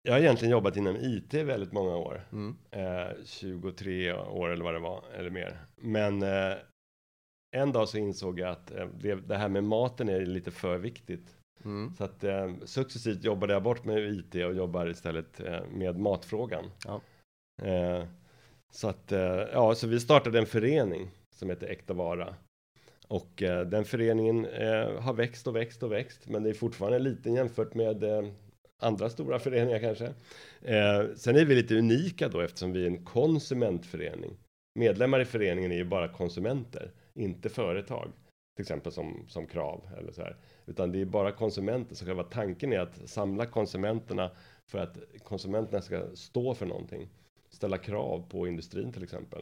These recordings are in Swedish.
Jag har egentligen jobbat inom IT väldigt många år. 23 år eller vad det var, eller mer. Men en dag så insåg jag att det här med maten är lite för viktigt. Så att successivt jobbade jag bort med IT och jobbar istället med matfrågan. Ja. Så att så vi startade en förening som heter Äkta Vara. Och den föreningen har växt, men det är fortfarande liten jämfört med andra stora föreningar kanske. Sen är vi lite unika då eftersom vi är en konsumentförening. Medlemmar i föreningen är ju bara konsumenter, inte företag. Till exempel som Krav eller så här. Utan det är bara konsumenter, så själva tanken är att samla konsumenterna för att konsumenterna ska stå för någonting. Ställa krav på industrin till exempel.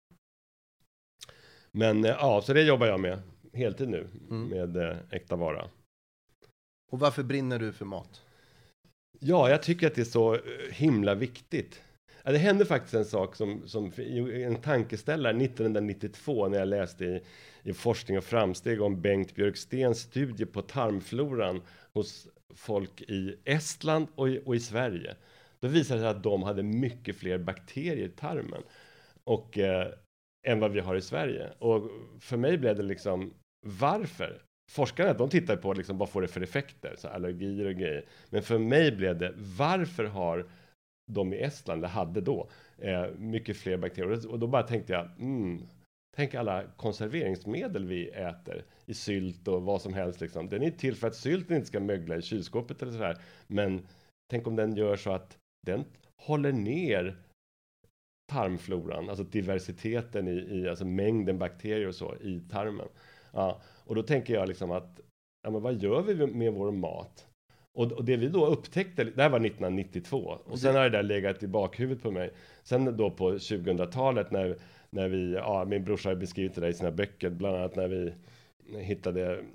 Men så det jobbar jag med heltid nu med Äkta Vara. Och varför brinner du för mat? Ja, jag tycker att det är så himla viktigt. Ja, det hände faktiskt en sak som en tankeställare 1992 när jag läste i Forskning och framsteg om Bengt Björkstens studie på tarmfloran hos folk i Estland och i Sverige. Då visade det sig att de hade mycket fler bakterier i tarmen och än vad vi har i Sverige. Och för mig blev det liksom, varför? Forskarna, de tittar på liksom, vad får det för effekter, så allergier och grejer. Men för mig blev det, varför har de i Estland, eller hade då, mycket fler bakterier? Och då bara tänkte jag, tänk alla konserveringsmedel vi äter i sylt och vad som helst. Liksom. Den är till för att sylten inte ska mögla i kylskåpet eller sådär. Men tänk om den gör så att den håller ner tarmfloran, alltså diversiteten i alltså mängden bakterier och så i tarmen. Ja, och då tänker jag liksom att, men vad gör vi med vår mat? Och det vi då upptäckte, det här var 1992, och sen har det där legat i bakhuvudet på mig. Sen då på 2000-talet när vi, min brorsa har beskrivit det där i sina böcker, bland annat när vi hittade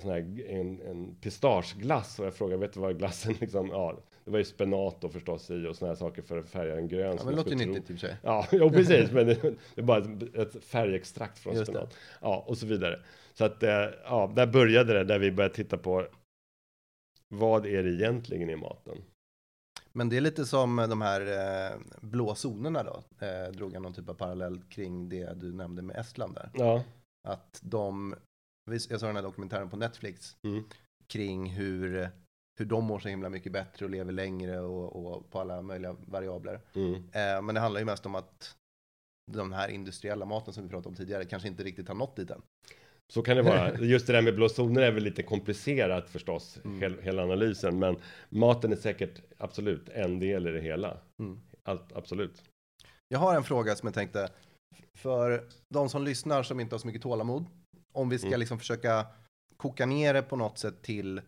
en pistageglass, och jag frågade, vet du vad glassen liksom, det var ju spenat då förstås i och såna här saker för att färga en grön. Ja, men det låter ju nyttigt i och för sig. Ja, precis, men det är bara ett färgextrakt från spenat. Ja, och så vidare. Så att, där började det, där vi började titta på vad är det egentligen i maten. Men det är lite som de här blå zonerna då. Drog jag någon typ av parallell kring det du nämnde med Estland där. Ja. Att jag såg den här dokumentären på Netflix kring hur de mår så himla mycket bättre och lever längre och på alla möjliga variabler. Men det handlar ju mest om att den här industriella maten som vi pratade om tidigare kanske inte riktigt har nått dit än. Så kan det vara. Just det där med blå zoner är väl lite komplicerat förstås, hela analysen. Men maten är säkert absolut en del i det hela. Absolut. Jag har en fråga som jag tänkte, för de som lyssnar som inte har så mycket tålamod, om vi ska liksom försöka koka ner det på något sätt till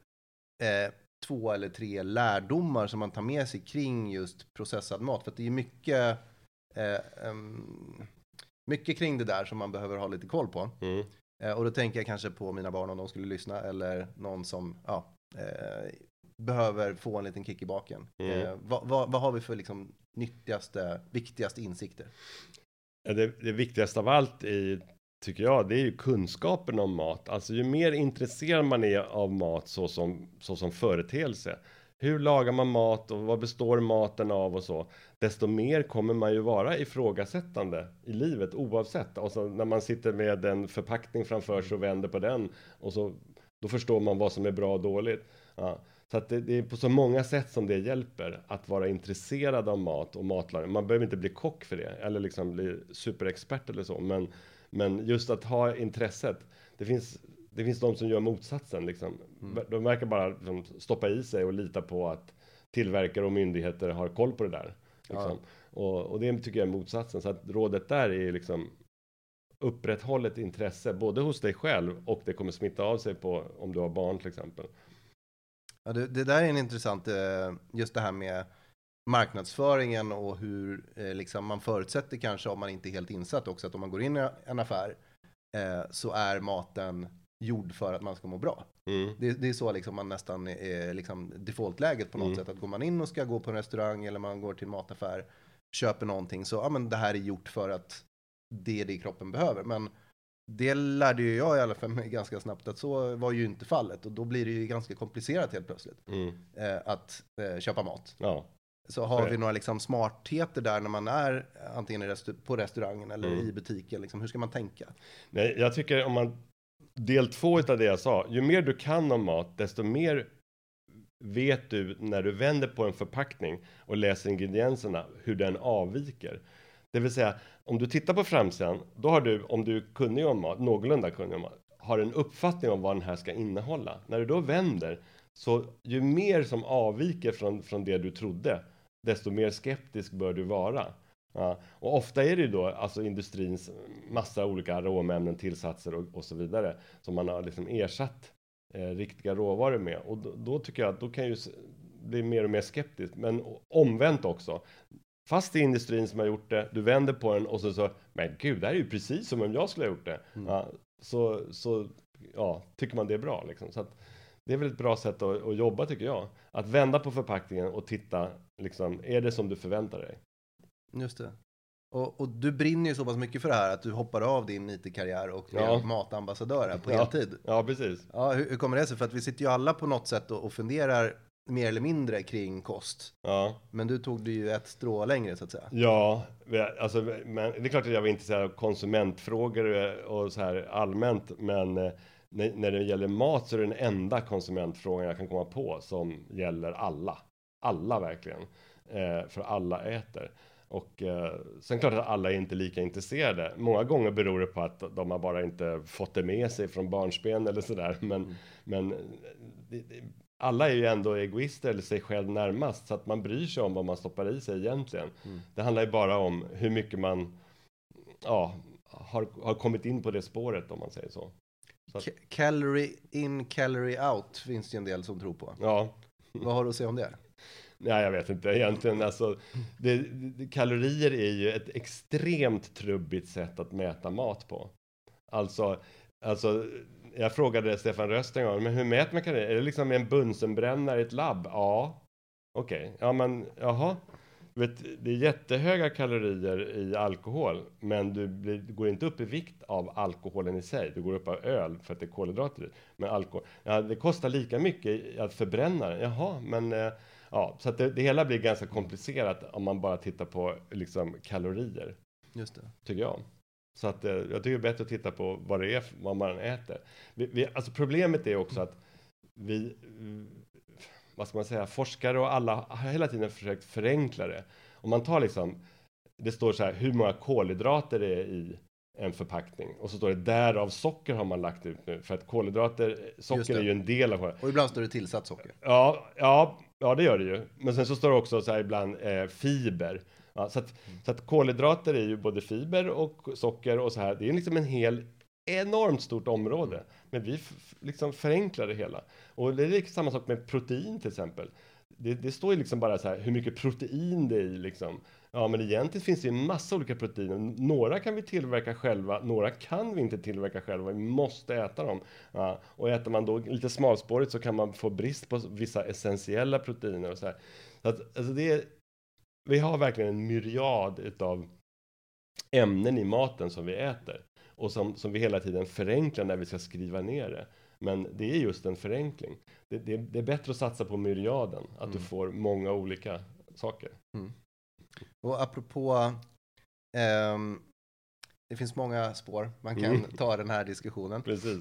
2 eller 3 lärdomar som man tar med sig kring just processad mat. För att det är mycket kring det där som man behöver ha lite koll på. Och då tänker jag kanske på mina barn om de skulle lyssna, eller någon som behöver få en liten kick i baken. Vad har vi för liksom viktigaste insikter? Ja, det viktigaste av allt tycker jag, det är ju kunskapen om mat. Alltså ju mer intresserad man är av mat så som företeelse. Hur lagar man mat och vad består maten av och så. Desto mer kommer man ju vara ifrågasättande i livet oavsett. Och så när man sitter med en förpackning framför sig och vänder på den. Och så, då förstår man vad som är bra och dåligt. Ja. Så att det är på så många sätt som det hjälper att vara intresserad av mat och matlagning. Man behöver inte bli kock för det. Eller liksom bli superexpert eller så. Men just att ha intresset. Det finns de som gör motsatsen. Liksom. De verkar bara liksom stoppa i sig och lita på att tillverkare och myndigheter har koll på det där. Liksom. Och det tycker jag är motsatsen. Så att rådet där är liksom upprätthåll ett intresse både hos dig själv och det kommer smitta av sig på om du har barn till exempel. Ja, det där är en intressant, just det här med marknadsföringen och hur liksom man förutsätter kanske, om man inte är helt insatt också, att om man går in i en affär så är maten gjord för att man ska må bra. Det är så liksom man nästan är liksom defaultläget på något sätt, att går man in och ska gå på en restaurang eller man går till en mataffär, köper någonting, så men det här är gjort för att det är det kroppen behöver. Men det lärde ju jag i alla fall ganska snabbt att så var ju inte fallet, och då blir det ju ganska komplicerat helt plötsligt att köpa mat. Så har vi några liksom smartheter där när man är antingen på restaurangen eller i butiken? Liksom, hur ska man tänka? Nej, jag tycker om man del 2 av det jag sa, ju mer du kan om mat, desto mer vet du när du vänder på en förpackning och läser ingredienserna hur den avviker. Det vill säga, om du tittar på framsidan, då har du, om du kunnig om mat, någorlunda kunnig om mat, har en uppfattning om vad den här ska innehålla. När du då vänder, så ju mer som avviker från det du trodde, desto mer skeptisk bör du vara. Ja, och ofta är det ju då alltså industrins massa olika aromämnen, tillsatser och så vidare som man har liksom ersatt riktiga råvaror med. Och då tycker jag att då kan ju bli mer och mer skeptisk. Men omvänt också. Fast det är industrin som har gjort det, du vänder på den och så men gud, det här är ju precis som om jag skulle ha gjort det. Ja, så tycker man det är bra liksom. Så att det är väl ett bra sätt att jobba tycker jag. Att vända på förpackningen och titta, liksom, är det som du förväntar dig? Just det. Och du brinner ju så pass mycket för det här att du hoppar av din IT-karriär och blir matambassadör här på heltid. Ja, precis. Ja, hur kommer det sig? För att vi sitter ju alla på något sätt och funderar mer eller mindre kring kost. Ja. Men du tog det ju ett strå längre så att säga. Ja, alltså, men det är klart att jag var intresserad av konsumentfrågor och så här allmänt, men när det gäller mat så är det den enda konsumentfrågan jag kan komma på som gäller alla. Alla verkligen. För alla äter. Och sen klart att alla är inte lika intresserade. Många gånger beror det på att de har bara inte fått det med sig från barnsben eller sådär. Men alla är ju ändå egoister eller sig själv närmast. Så att man bryr sig om vad man stoppar i sig egentligen. Det handlar ju bara om hur mycket man har kommit in på det spåret, om man säger så. Calorie in, calorie out finns det ju en del som tror på. Ja. Vad har du att säga om det? Nej, jag vet inte egentligen. Alltså, kalorier är ju ett extremt trubbigt sätt att mäta mat på. Alltså jag frågade Stefan Röst en gång, men hur mäter man kalorier? Är det liksom en bunsenbrännare i ett labb? Ja. Okej. Ja, men jaha. Det är jättehöga kalorier i alkohol, men du går inte upp i vikt av alkoholen i sig. Du går upp av öl för att det är kolhydrater i. Men alkohol, det kostar lika mycket att förbränna den. Jaha, men så att det hela blir ganska komplicerat om man bara tittar på liksom kalorier. Just det. Tycker jag. Så att jag tycker det är bättre att titta på vad det är, vad man äter. Alltså problemet är också att vad ska man säga, forskare och alla har hela tiden försökt förenkla det. Om man tar liksom, det står så här, hur många kolhydrater det är i en förpackning. Och så står det, därav socker har man lagt ut nu. För att socker är ju en del av det. Och ibland står det tillsatt socker. Ja, det gör det ju. Men sen så står det också så här ibland fiber. Ja, så att kolhydrater är ju både fiber och socker och så här. Det är liksom en hel enormt stort område. Men vi liksom förenklar det hela. Och det är liksom samma sak med protein till exempel. Det står ju liksom bara så här hur mycket protein det är i liksom. Ja, men egentligen finns det ju en massa olika proteiner. Några kan vi tillverka själva, några kan vi inte tillverka själva. Vi måste äta dem. Ja, och äter man då lite smalspårigt så kan man få brist på vissa essentiella proteiner och så här. Så att, alltså vi har verkligen en myriad utav ämnen i maten som vi äter. Och som vi hela tiden förenklar när vi ska skriva ner det. Men det är just en förenkling. Det är bättre att satsa på myriaden. Att du får många olika saker. Och apropå, det finns många spår man kan ta den här diskussionen. Precis.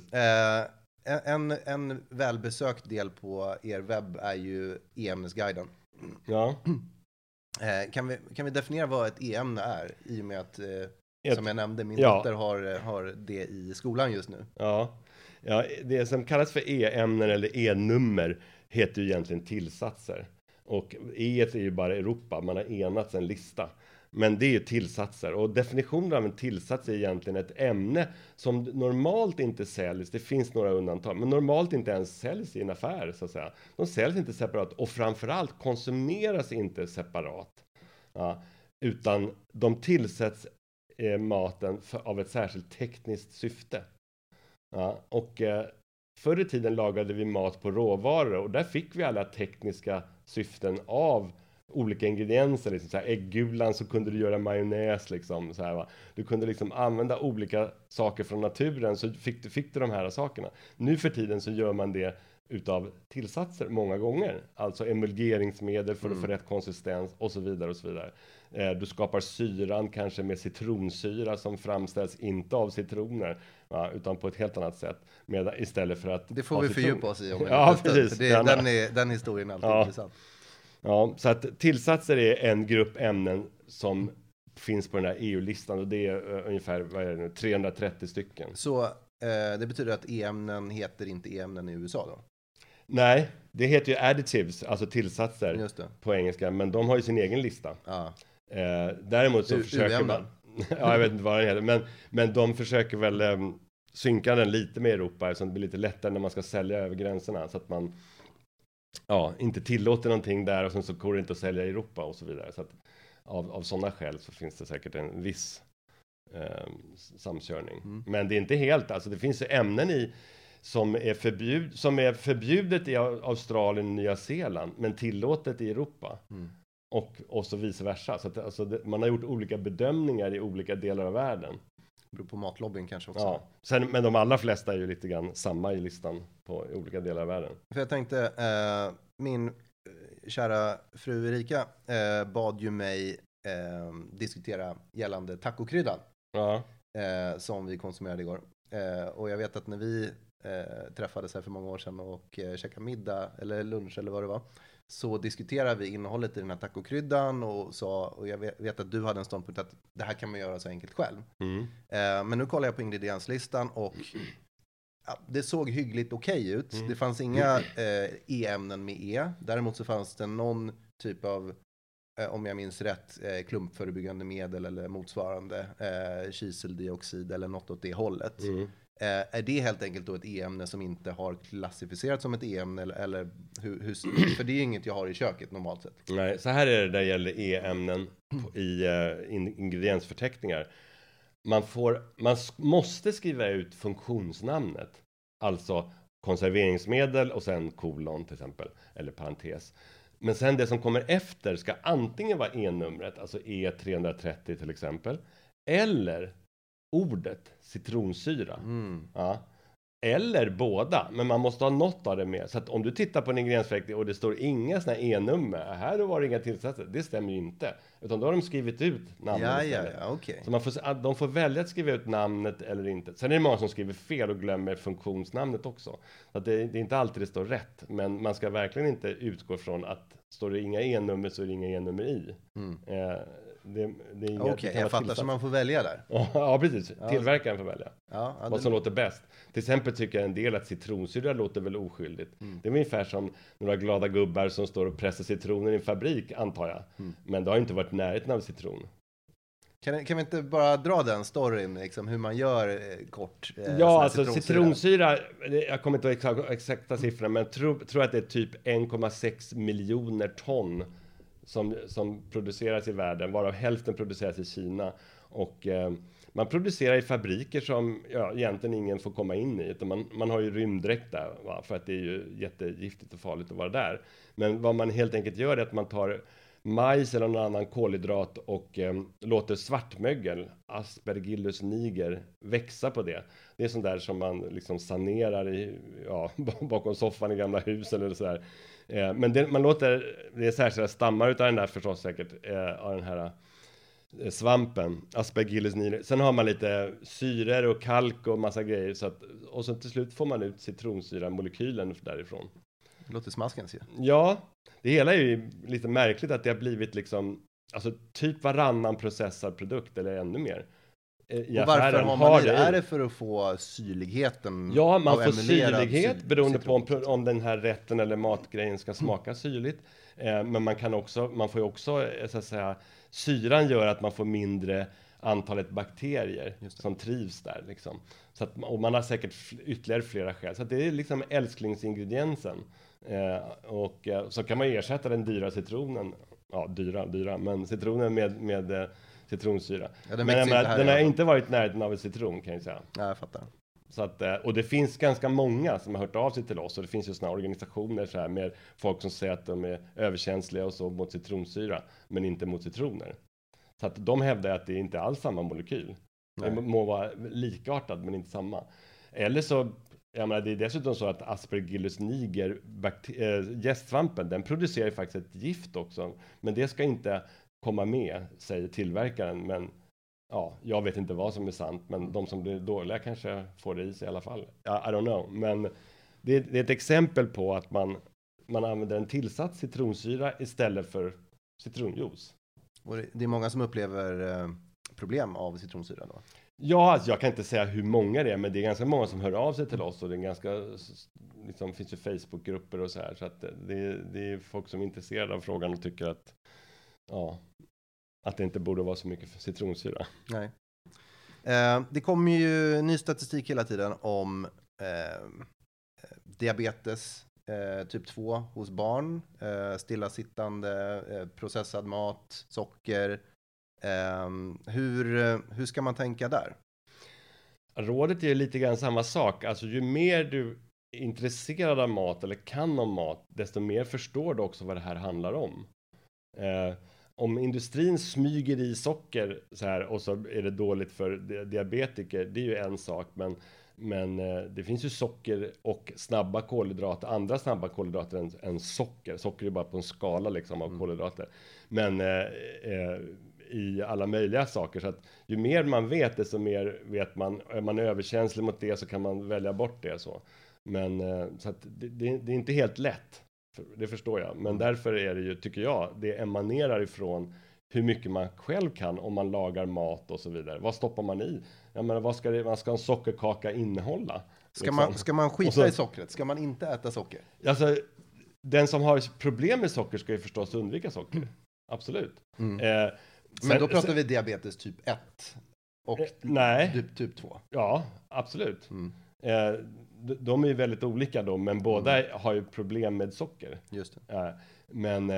En välbesökt del på er webb är ju e-ämnesguiden. Ja. Kan vi definiera vad ett e-ämne är? I och med att, som jag nämnde, min dotter har det i skolan just nu. Ja, det som kallas för e-ämnen eller e-nummer heter ju egentligen tillsatser. Och E är ju bara Europa, man har enats en lista. Men det är ju tillsatser. Och definitionen av en tillsats är egentligen ett ämne som normalt inte säljs. Det finns några undantag, men normalt inte ens säljs i en affär så att säga. De säljs inte separat och framförallt konsumeras inte separat. Ja, utan de tillsätts maten av ett särskilt tekniskt syfte. Ja, och förr i tiden lagade vi mat på råvaror och där fick vi alla tekniska syften av olika ingredienser. Liksom, så här, äggulan så kunde du göra majonnäs. Liksom, så här, va? Du kunde liksom använda olika saker från naturen så fick du de här sakerna. Nu för tiden så gör man det utav tillsatser många gånger. Alltså emulgeringsmedel för att få rätt konsistens och så vidare och så vidare. Du skapar syran kanske med citronsyra som framställs inte av citroner, utan på ett helt annat sätt. Istället för att det får vi fördjupa oss i om precis. Den historien är alltid intressant. Ja, så att tillsatser är en grupp ämnen som finns på den här EU-listan och det är ungefär, vad är det nu, 330 stycken. Så det betyder att E-ämnen heter inte E-ämnen i USA då? Nej, det heter ju additives, alltså tillsatser på engelska, men de har ju sin egen lista. Däremot så försöker man, jag vet inte vad den heter, men de försöker väl synka den lite med Europa, så det blir lite lättare när man ska sälja över gränserna, så att man inte tillåter någonting där och sen så går det inte att sälja i Europa och så vidare. Så att av sådana skäl så finns det säkert en viss samkörning. Men det är inte helt, alltså det finns ju ämnen i som är förbjudet i Australien och Nya Zeeland men tillåtet i Europa. Och så vice versa. Så att, man har gjort olika bedömningar i olika delar av världen. Det beror på matlobbyn kanske också. Ja. Men de allra flesta är ju lite grann samma i listan i olika delar av världen. För jag tänkte, min kära fru Erika bad ju mig diskutera gällande tacokryddan som vi konsumerade igår. Och jag vet att när vi träffades här för många år sedan och käkade middag eller lunch eller vad det var, så diskuterade vi innehållet i den här tacokryddan och jag vet att du hade en ståndpunkt att det här kan man göra så enkelt själv. Men nu kollar jag på ingredienslistan och det såg hyggligt okej ut. Det fanns inga E-ämnen med E. Däremot så fanns det någon typ av, om jag minns rätt, klumpförebyggande medel eller motsvarande kiseldioxid eller något åt det hållet. Är det helt enkelt då ett E-ämne som inte har klassificerats som ett E-ämne eller hur, för det är ju inget jag har i köket normalt sett. Nej, så här är det där gäller E-ämnen i ingrediensförteckningar. Man måste skriva ut funktionsnamnet, alltså konserveringsmedel och sen kolon till exempel, eller parentes. Men sen det som kommer efter ska antingen vara E-numret, alltså E330 till exempel, eller ordet citronsyra. Eller båda, men man måste ha något av det med. Så att om du tittar på en ingrediensförteckning och det står inga såna här E-nummer, här var det inga tillsatser, det stämmer ju inte. Utan då har de skrivit ut namnet istället. Okay. Så de får välja att skriva ut namnet eller inte. Sen är det många som skriver fel och glömmer funktionsnamnet också. Så att det är inte alltid det står rätt, men man ska verkligen inte utgå från att står det inga E-nummer så är det inga E-nummer i. Okej, jag fattar, så man får välja där. Ja, precis. Tillverkaren får välja vad som låter bäst. Till exempel tycker jag en del att citronsyra låter väl oskyldigt. Det är ungefär som några glada gubbar som står och pressar citroner i en fabrik, antar jag. Men det har inte varit närheten av citron. Kan vi inte bara dra den storyn, liksom, hur man gör kort? Alltså citronsyra, jag kommer inte ihåg exakta siffror, men tror att det är typ 1,6 miljoner ton som produceras i världen, varav hälften produceras i Kina. Och man producerar i fabriker som egentligen ingen får komma in i. Utan man har ju rymddräkt där, för att det är ju jättegiftigt och farligt att vara där. Men vad man helt enkelt gör är att man tar majs eller någon annan kolhydrat och låter svartmögel, Aspergillus niger, växa på det. Det är sånt där som man liksom sanerar bakom soffan i gamla hus eller sådär. Men man låter det särskilda stammar utav den där förstås säkert av den här svampen, Aspergillus niger. Sen har man lite syror och kalk och massa grejer och så till slut får man ut citronsyra-molekylen därifrån. Det låter smaskens ju. Ja, det hela är ju lite märkligt att det har blivit liksom, alltså typ varannan processad produkt eller ännu mer. Och varför har man det? Är det för att få syrligheten? Ja, man får syrlighet beroende på om den här rätten eller matgrejen ska smaka syrligt. Men man får ju också, så att säga, syran gör att man får mindre antalet bakterier som trivs där liksom. Så att, och man har säkert ytterligare flera skäl. Så att det är liksom älsklingsingrediensen. Och så kan man ersätta den dyra citronen. Ja, dyra, men citronen med citronsyra. Ja, men den har inte varit närheten av en citron, kan jag säga. Ja, jag fattar. Så att, och det finns ganska många som har hört av sig till oss. Och det finns ju såna organisationer så här, med folk som säger att de är överkänsliga och så mot citronsyra, men inte mot citroner. Så att de hävdar att det inte är alls samma molekyl. Nej. Det må vara likartad men inte samma. Eller så Jag menar, det är dessutom så att Aspergillus niger, jästsvampen, den producerar ju faktiskt ett gift också. Men det ska inte komma med, säger tillverkaren. Men ja, jag vet inte vad som är sant. Men de som blir dåliga kanske får det i sig i alla fall. I don't know. Men det är ett exempel på att man använder en tillsatt citronsyra istället för citronjuice. Och det är många som upplever problem av citronsyra då? Ja, alltså jag kan inte säga hur många det är, men det är ganska många som hör av sig till oss och det är ganska, liksom, finns ju Facebookgrupper och så här, så att det är folk som är intresserade av frågan och tycker att, ja, att det inte borde vara så mycket citronsyra. Nej. Det kommer ju ny statistik hela tiden om diabetes typ 2 hos barn, stillasittande, processad mat, socker. Hur ska man tänka där? Rådet är lite grann samma sak. Alltså ju mer du är intresserad av mat eller kan om mat, desto mer förstår du också vad det här handlar om. Om industrin smyger i socker så här, och så är det dåligt för diabetiker, det är ju en sak. Men det finns ju socker och snabba kolhydrater, andra snabba kolhydrater än socker. Socker är bara på en skala liksom av kolhydrater. Men i alla möjliga saker. Så att ju mer man vet, desto mer vet man. Är man överkänslig mot det så kan man välja bort det. Så. Men så att det är inte helt lätt. Det förstår jag. Men därför är det ju, tycker jag, det emanerar ifrån hur mycket man själv kan om man lagar mat och så vidare. Vad stoppar man i? Jag menar, vad ska en sockerkaka innehålla? Ska man skita i sockret? Ska man inte äta socker? Alltså, den som har problem med socker ska ju förstås undvika socker. Absolut. Men då pratar vi diabetes typ 1 och nej. Typ 2. Ja, absolut. De är ju väldigt olika då, men båda har ju problem med socker. Just det. Men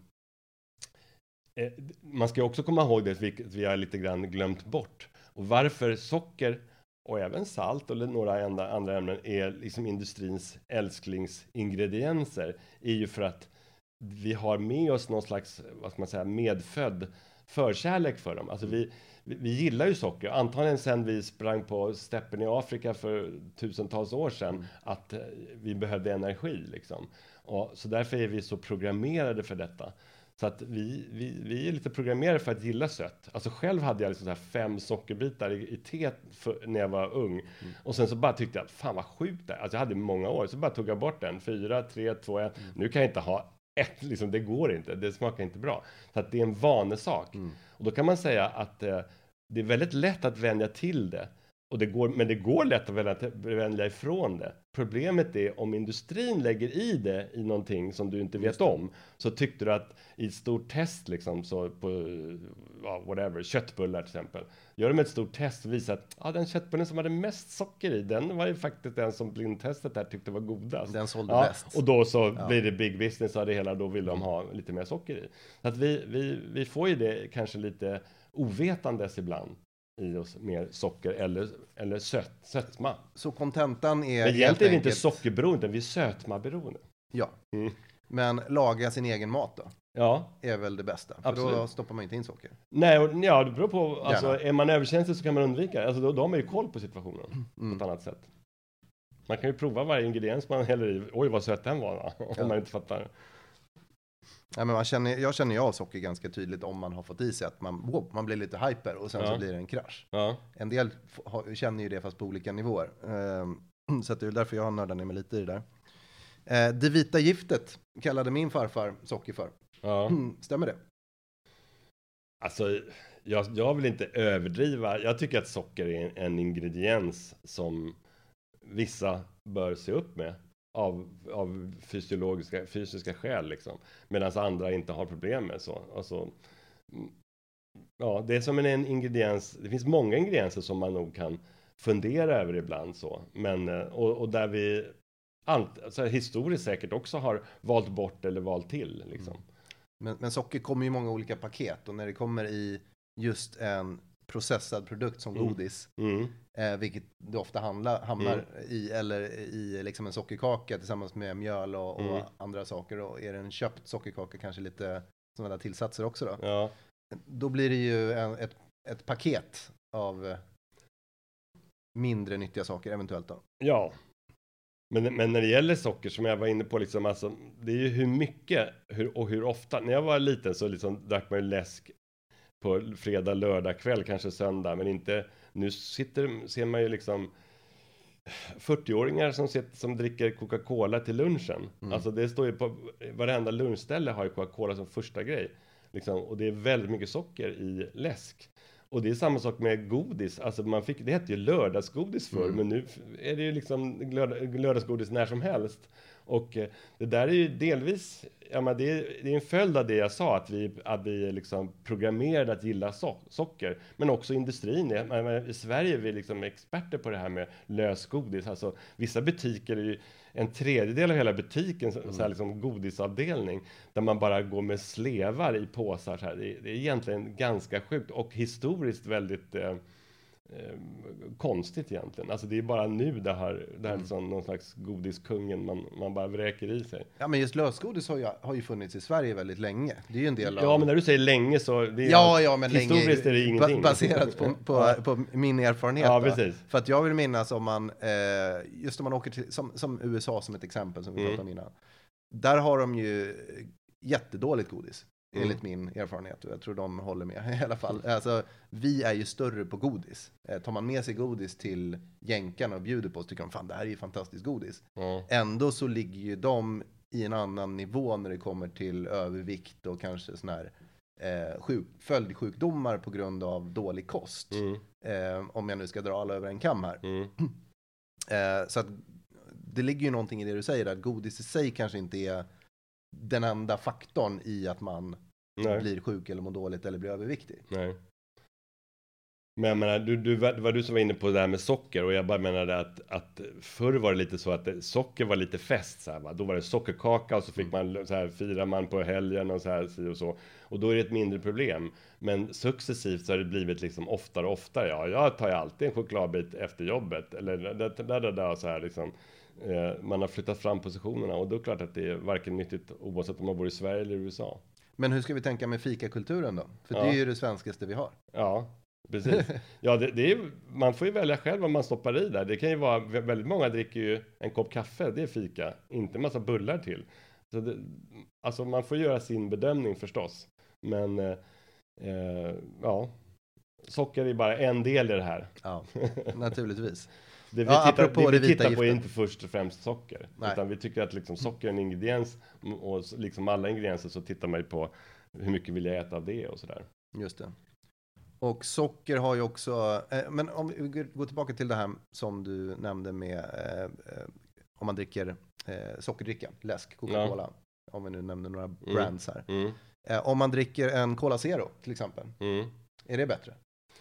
man ska också komma ihåg det, vilket vi har lite grann glömt bort. Och varför socker och även salt eller några andra ämnen är liksom industrins älsklingsingredienser, är ju för att vi har med oss någon slags, vad ska man säga, medfödd förkärlek för dem. Alltså vi gillar ju socker. Antagligen sen vi sprang på steppen i Afrika för tusentals år sedan, att vi behövde energi liksom. Och så därför är vi så programmerade för detta. Så att vi är lite programmerade för att gilla sött. Alltså själv hade jag liksom så här 5 sockerbitar i te när jag var ung. Och sen så bara tyckte jag, fan vad sjukt det är. Alltså jag hade många år, så bara tog jag bort den. 4, 3, 2, 1. Nu kan jag inte ha ett, liksom, det går inte. Det smakar inte bra. Så att det är en vanesak. Och då kan man säga att det är väldigt lätt att vänja till det. Men det går lätt att välja ifrån det. Problemet är om industrin lägger i det i någonting som du inte vet om. Så tyckte du att i ett stort test liksom, så på whatever, köttbullar till exempel. Gör de ett stort test och visar att den köttbullen som hade mest socker i, den var ju faktiskt den som blindtestet där tyckte var godast. Den sålde bäst. Och då så blir det big business av det hela, då vill de ha lite mer socker i. Så att vi får ju det kanske lite ovetandes ibland i oss, mer socker eller sötma. Så kontentan är men egentligen är vi inte sockerberoende, vi är sötmaberoende. Ja, men laga sin egen mat då? Ja. Är väl det bästa, för absolut. Då stoppar man inte in socker. Nej, det beror på, alltså, är man överkänslig så kan man undvika. Alltså, då har man ju koll på situationen på ett annat sätt. Man kan ju prova varje ingrediens man häller i. Oj, vad söt den var, om man inte fattar. Ja, men jag känner ju av socker ganska tydligt om man har fått i sig att man blir lite hyper och sen så blir det en krasch. Ja. En del känner ju det fast på olika nivåer. Så att det är därför jag har nördat ner mig lite i det där. Det vita giftet kallade min farfar socker för. Ja. Stämmer det? Alltså, jag vill inte överdriva. Jag tycker att socker är en ingrediens som vissa bör se upp med. Av fysiska skäl liksom. Medan andra inte har problem med så. Alltså, ja, det är som en ingrediens. Det finns många ingredienser som man nog kan fundera över ibland så. Men, och där vi alltså, historiskt säkert också har valt bort eller valt till liksom. Men socker kommer ju i många olika paket, och när det kommer i just en processad produkt som godis, vilket det ofta hamnar i, eller i liksom en sockerkaka tillsammans med mjöl och andra saker, och är det en köpt sockerkaka kanske lite sådana där tillsatser också då. Ja. Då blir det ju ett paket av mindre nyttiga saker eventuellt då. Ja, Men när det gäller socker som jag var inne på liksom, alltså, det är ju hur mycket och hur ofta. När jag var liten så liksom drack man ju läsk på fredag, lördag kväll, kanske söndag, men inte, nu ser man ju liksom 40-åringar som dricker Coca-Cola till lunchen. Alltså det står ju på varenda lunchställe har ju Coca-Cola som första grej. Liksom, och det är väldigt mycket socker i läsk. Och det är samma sak med godis. Alltså det hette ju lördagsgodis förr, men nu är det ju liksom lördagsgodis när som helst. Och det där är ju delvis, det är en följd av det jag sa, att vi är liksom programmerade att gilla socker. Men också industrin. I Sverige är vi liksom experter på det här med lösgodis. Alltså vissa butiker är ju en tredjedel av hela butiken, så här liksom godisavdelning, där man bara går med slevar i påsar. Så här. Det är egentligen ganska sjukt och historiskt väldigt konstigt egentligen. Alltså det är bara nu det här liksom någon slags godiskungen man bara vräker i sig. Ja, men just lösgodis har ju funnits i Sverige väldigt länge. Det är ju en del av... Ja, men när du säger länge så... Det är ja, men historiskt länge, är det ingenting. Baserat på min erfarenhet. Ja, precis. För att jag vill minnas om man... just om man åker till... Som USA som ett exempel som vi pratade om innan. Där har de ju jättedåligt godis. Enligt min erfarenhet, och jag tror de håller med i alla fall. Alltså, vi är ju större på godis. Tar man med sig godis till jänkarna och bjuder på oss, tycker de, fan det här är ju fantastiskt godis. Ändå så ligger ju de i en annan nivå när det kommer till övervikt och kanske sån här följdsjukdomar på grund av dålig kost. Om jag nu ska dra alla över en kam här. Så att det ligger ju någonting i det du säger, att godis i sig kanske inte är den enda faktorn i att man blir sjuk eller mår dåligt eller blir överviktig. Nej. Men jag menar, det var du som var inne på det här med socker, och jag bara menade att förr var det lite så att socker var lite fest så här, va? Då var det sockerkaka och så fick man så här, firar man på helgen och så här och så. Och då är det ett mindre problem. Men successivt så har det blivit liksom oftare och oftare. Ja, jag tar ju alltid en chokladbit efter jobbet eller där så här liksom. Man har flyttat fram positionerna, och då är det klart att det är varken nyttigt oavsett om man bor i Sverige eller i USA. Men hur ska vi tänka med fikakulturen då? För det är ju det svenskaste vi har. Ja, precis. Ja, det är, man får ju välja själv vad man stoppar i där. Det kan ju vara, väldigt många dricker ju en kopp kaffe, det är fika, inte en massa bullar till. Så alltså man får göra sin bedömning förstås. Men ja, socker är bara en del i det här. Ja, naturligtvis. Det vi tittar på är inte först och främst socker. Nej. Utan vi tycker att liksom socker är en ingrediens, och liksom alla ingredienser så tittar man ju på hur mycket vill jag äta av det och sådär. Just det. Och socker har ju också, men om vi går tillbaka till det här som du nämnde med om man dricker sockerdricka, läsk, Coca-Cola, om vi nu nämner några brands här. Om man dricker en Cola Zero till exempel, är det bättre?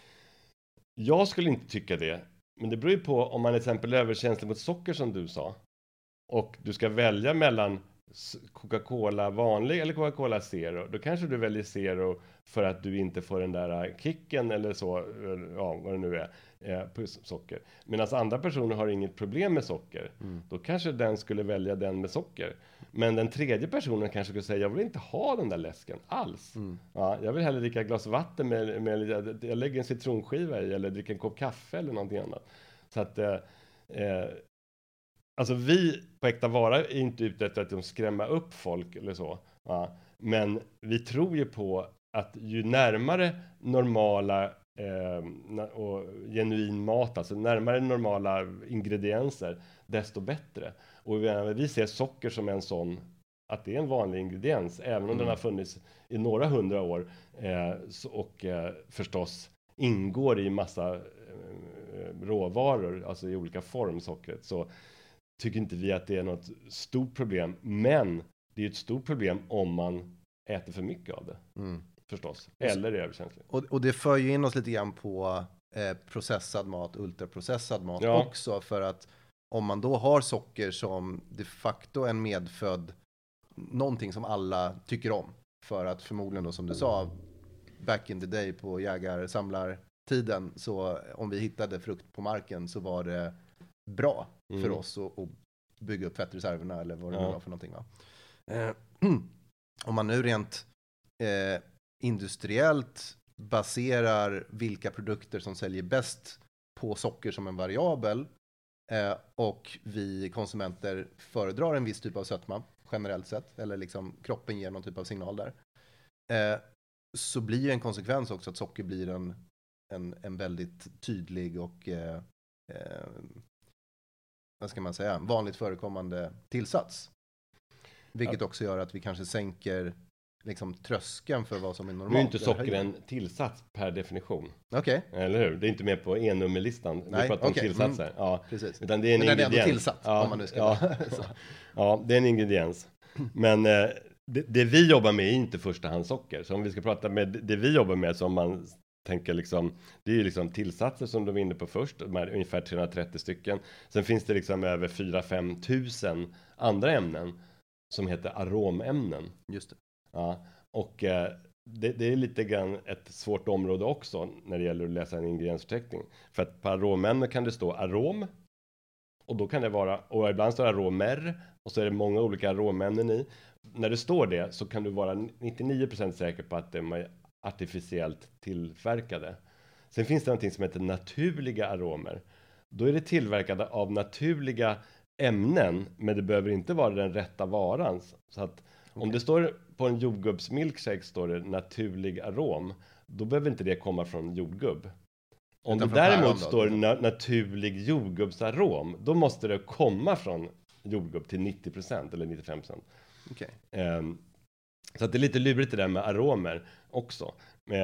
Jag skulle inte tycka det. Men det beror ju på om man till exempel är överkänslig mot socker som du sa. Och du ska välja mellan Coca-Cola vanlig eller Coca-Cola Zero. Då kanske du väljer Zero för att du inte får den där kicken eller så, ja vad det nu är, på socker. Medan andra personer har inget problem med socker. Då kanske den skulle välja den med socker. Men den tredje personen kanske skulle säga, jag vill inte ha den där läsken alls. Ja, jag vill hellre dricka ett glas vatten med jag lägger en citronskiva i, eller dricka en kopp kaffe eller någonting annat. Så att alltså vi på Äkta Vara är inte ute efter att de skrämma upp folk eller så. Ja, men vi tror ju på att ju närmare normala och genuin mat, alltså närmare normala ingredienser, desto bättre. Och vi ser socker som en sån, att det är en vanlig ingrediens, även om den har funnits i några 100 år och förstås ingår i massa råvaror, alltså i olika form sockret, så tycker inte vi att det är något stort problem. Men det är ett stort problem om man äter för mycket av det. Förstås. Eller är överkänslig. Och det för ju in oss lite grann på processad mat, ultraprocessad mat också. För att om man då har socker som de facto en medfödd, någonting som alla tycker om. För att förmodligen då, som du sa, back in the day på jägar-samlartiden, så om vi hittade frukt på marken så var det bra för oss att bygga upp fettreserverna eller vad det nu var för någonting, va? Om man nu rent industriellt baserar vilka produkter som säljer bäst på socker som en variabel, Och vi konsumenter föredrar en viss typ av sötma generellt sett, eller liksom kroppen ger någon typ av signal där. Så blir ju en konsekvens också att socker blir en väldigt tydlig och vad ska man säga, vanligt förekommande tillsats. Vilket också gör att vi kanske sänker liksom tröskeln för vad som är normalt. Nu är inte socker en tillsats per definition. Okej. Eller hur? Det är inte med på e-nummerlistan. Nej, Vi pratar om tillsatser. Ja, precis. utan det är en Men den är ingrediens. ändå tillsatt, om man nu ska ja, det är en ingrediens. Men det vi jobbar med är inte förstahandssocker. Så om vi ska prata med det vi jobbar med, som man tänker liksom, det är ju liksom tillsatser som de var inne på först, de är ungefär 330 stycken. Sen finns det liksom över 4-5 tusen andra ämnen som heter aromämnen. Just det. Ja, och det är lite grann ett svårt område också när det gäller att läsa en ingrediensförteckning. För att på aromämnen kan det stå arom, och då kan det vara, och ibland står det aromer, och så är det många olika aromämnen i. När det står det så kan du vara 99% säker på att de är artificiellt tillverkade. Sen finns det någonting som heter naturliga aromer. Då är det tillverkade av naturliga ämnen, men det behöver inte vara den rätta varan. Så att om det står på en jordgubbsmilkshake står det naturlig arom, då behöver inte det komma från jordgubb. Om det däremot står naturlig jordgubbsarom, då måste det komma från jordgubb till 90% eller 95%. Okay. Så att det är lite lurigt det där med aromer också.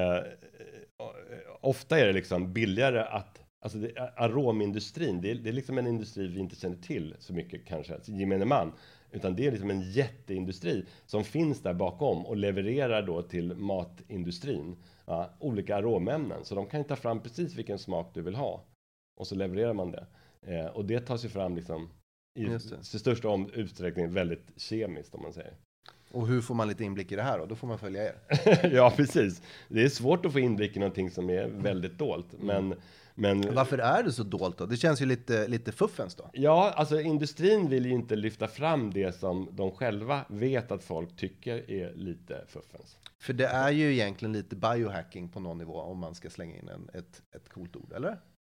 Ofta är det liksom billigare att, alltså aromindustrin, det är liksom en industri vi inte känner till så mycket kanske, alltså gemene man. Utan det är liksom en jätteindustri som finns där bakom och levererar då till matindustrin olika aromämnen. Så de kan ta fram precis vilken smak du vill ha. Och så levererar man det. Och det tas ju fram liksom i största utsträckning väldigt kemiskt, om man säger. Och hur får man lite inblick i det här då? Då får man följa er. Ja, precis. Det är svårt att få inblick i någonting som är väldigt dolt. Men varför är det så dolt då? Det känns ju lite fuffens då. Ja, alltså industrin vill ju inte lyfta fram det som de själva vet att folk tycker är lite fuffens. För det är ju egentligen lite biohacking på någon nivå, om man ska slänga in ett coolt ord, eller?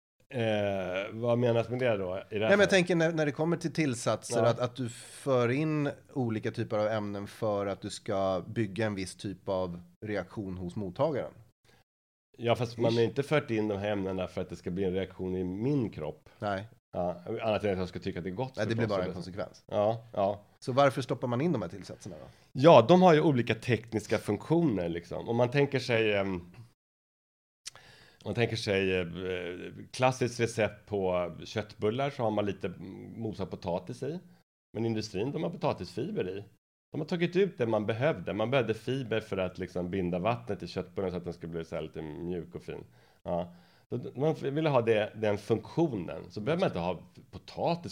Vad menas med det då? Nej, men jag tänker när det kommer till tillsatser, att du för in olika typer av ämnen för att du ska bygga en viss typ av reaktion hos mottagaren. Ja, fast man har inte fört in de här ämnena för att det ska bli en reaktion i min kropp. Nej. Ja, annat än att jag ska tycka att det är gott. Nej, det blir bara en konsekvens. Ja. Så varför stoppar man in de här tillsatserna då? Ja, de har ju olika tekniska funktioner liksom. Om man tänker sig klassiskt recept på köttbullar, så har man lite mosad potatis i. Men industrin, de har potatisfiber i. De har tagit ut det man behövde. Man behövde fiber för att liksom binda vattnet i köttbullen så att den skulle bli så här lite mjuk och fin. Ja. Man ville ha den funktionen. Så behöver man inte ha potatis.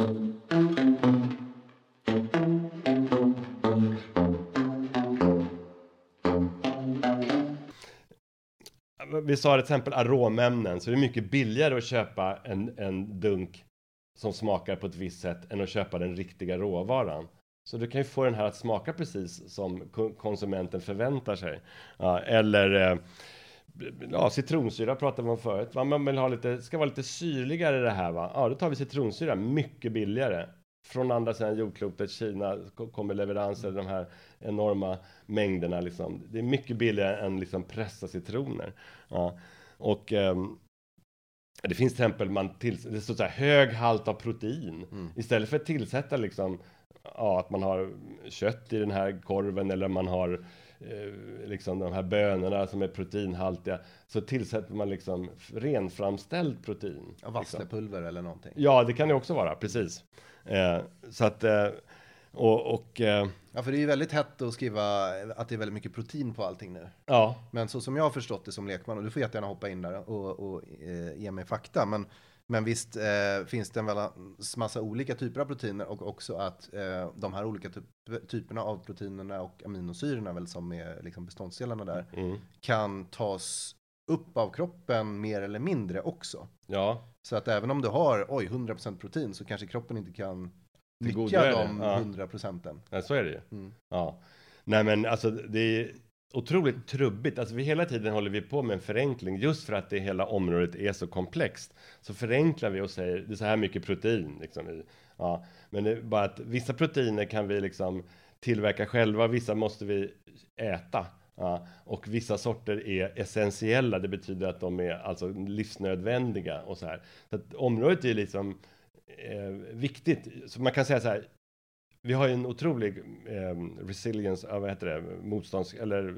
Vi sa till exempel aromämnen, så det är mycket billigare att köpa en dunk som smakar på ett visst sätt än att köpa den riktiga råvaran. Så du kan ju få den här att smaka precis som konsumenten förväntar sig. Eller citronsyra pratade vi om förut. Man vill ha ska vara lite syrligare det här, va? Ja, då tar vi citronsyra, mycket billigare. Från andra sidan jordklotet, Kina, kommer leveranser, de här enorma mängderna liksom. Det är mycket billigare än liksom pressa citroner. Ja. Och det finns till exempel det står så här, hög halt av protein. Istället för att tillsätta liksom, att man har kött i den här korven, eller man har liksom de här bönorna som är proteinhaltiga, så tillsätter man liksom renframställd protein. Vasslepulver eller någonting. Ja, det kan det också vara, precis. Så att ja, för det är ju väldigt hett att skriva att det är väldigt mycket protein på allting nu. Ja. Men så som jag har förstått det som lekman, och du får jättegärna hoppa in där och ge mig fakta, men visst finns det en massa olika typer av proteiner, och också att de här olika typerna av proteinerna och aminosyrorna väl, som är liksom beståndsdelarna där, kan tas upp av kroppen mer eller mindre också. Ja. Så att även om du har 100% protein, så kanske kroppen inte kan nyttja de 100%. Ja, så är det ju. Ja. Nej, men alltså det är otroligt trubbigt. Alltså hela tiden håller vi på med en förenkling just för att det hela området är så komplext. Så förenklar vi och säger det är så här mycket protein liksom i. Ja, men det är bara att vissa proteiner kan vi liksom tillverka själva, vissa måste vi äta. Ja, och vissa sorter är essentiella, det betyder att de är alltså livsnödvändiga och så här. Så att området är liksom viktigt. Så man kan säga så här, vi har ju en otrolig resilience, vad heter det, motstånds eller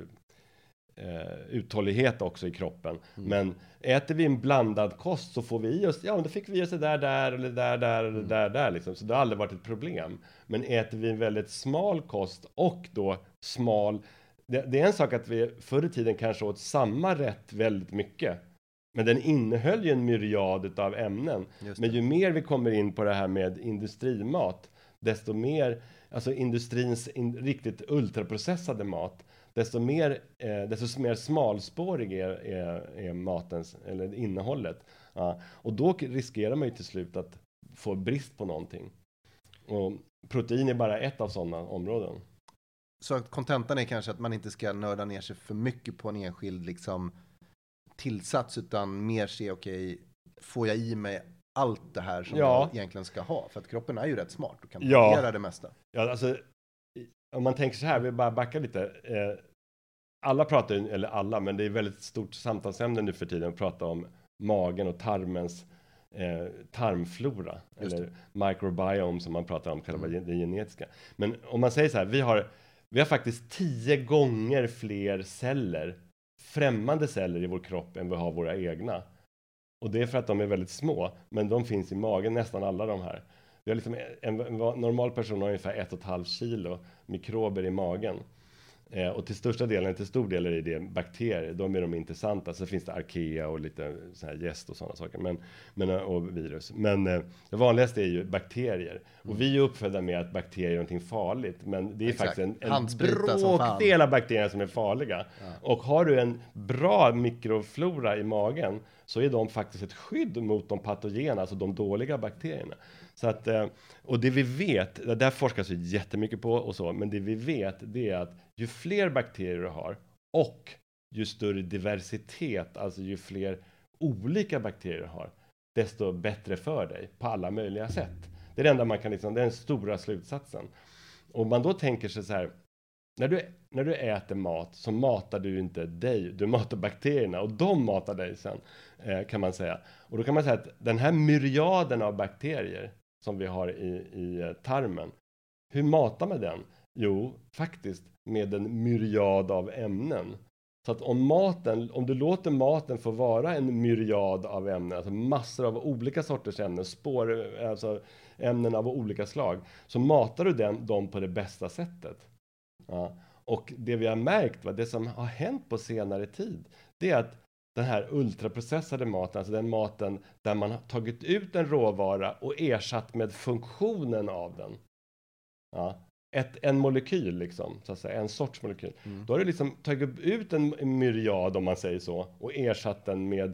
uthållighet också i kroppen. Men äter vi en blandad kost så får vi i oss, då fick vi oss det där eller där eller där liksom. Så det har aldrig varit ett problem. Men äter vi en väldigt smal kost och då smal, det är en sak att vi förr i tiden kanske åt samma rätt väldigt mycket. Men den innehöll ju en myriad av ämnen. Men ju mer vi kommer in på det här med industrimat, desto mer, alltså industrins riktigt ultraprocessade mat, desto mer smalspårig är matens, eller innehållet. Ja, och då riskerar man ju till slut att få brist på någonting. Och protein är bara ett av sådana områden. Så att kontentan är kanske att man inte ska nörda ner sig för mycket på en enskild liksom tillsats, utan mer se, okej, får jag i mig allt det här som jag egentligen ska ha? För att kroppen är ju rätt smart och kan hantera det mesta. Ja, alltså om man tänker så här, vi bara backar lite. Alla pratar ju, eller alla, men det är väldigt stort samtalsämne nu för tiden att prata om magen och tarmens tarmflora. Eller microbiome som man pratar om, själva det genetiska. Men om man säger så här, vi har faktiskt 10 gånger fler celler, främmande celler i vår kropp än vi har våra egna. Och det är för att de är väldigt små, men de finns i magen, nästan alla de här. Vi har liksom en normal person har ungefär 1,5 kilo mikrober i magen. Och till stor del är det bakterier, de är de intressanta. Så finns det arkea och lite så här jäst och sådana saker, och virus. Men det vanligaste är ju bakterier. Och vi är uppfödda med att bakterier är någonting farligt, men det är faktiskt en bråkdel av bakterierna som är farliga. Ja. Och har du en bra mikroflora i magen så är de faktiskt ett skydd mot de patogena, alltså de dåliga bakterierna. Så att, och det vi vet, det där forskas ju jättemycket på och så, men det vi vet det är att ju fler bakterier du har och ju större diversitet, alltså ju fler olika bakterier du har, desto bättre för dig på alla möjliga sätt. Det är det enda man kan liksom, det är den stora slutsatsen. Och man då tänker sig så här, när du äter mat så matar du inte dig, du matar bakterierna och de matar dig sen, kan man säga. Och då kan man säga att den här myriaden av bakterier som vi har i tarmen, hur matar man den? Jo, faktiskt med en myriad av ämnen. Så att om du låter maten få vara en myriad av ämnen, alltså massor av olika sorters ämnen, alltså ämnen av olika slag, så matar du dem på det bästa sättet. Ja. Och det vi har märkt, det som har hänt på senare tid, det är att den här ultraprocessade maten, alltså den maten där man har tagit ut en råvara och ersatt med funktionen av den. Ja. En molekyl liksom, så att säga, en sorts molekyl. Då har du liksom tagit ut en myriad, om man säger så, och ersatt den med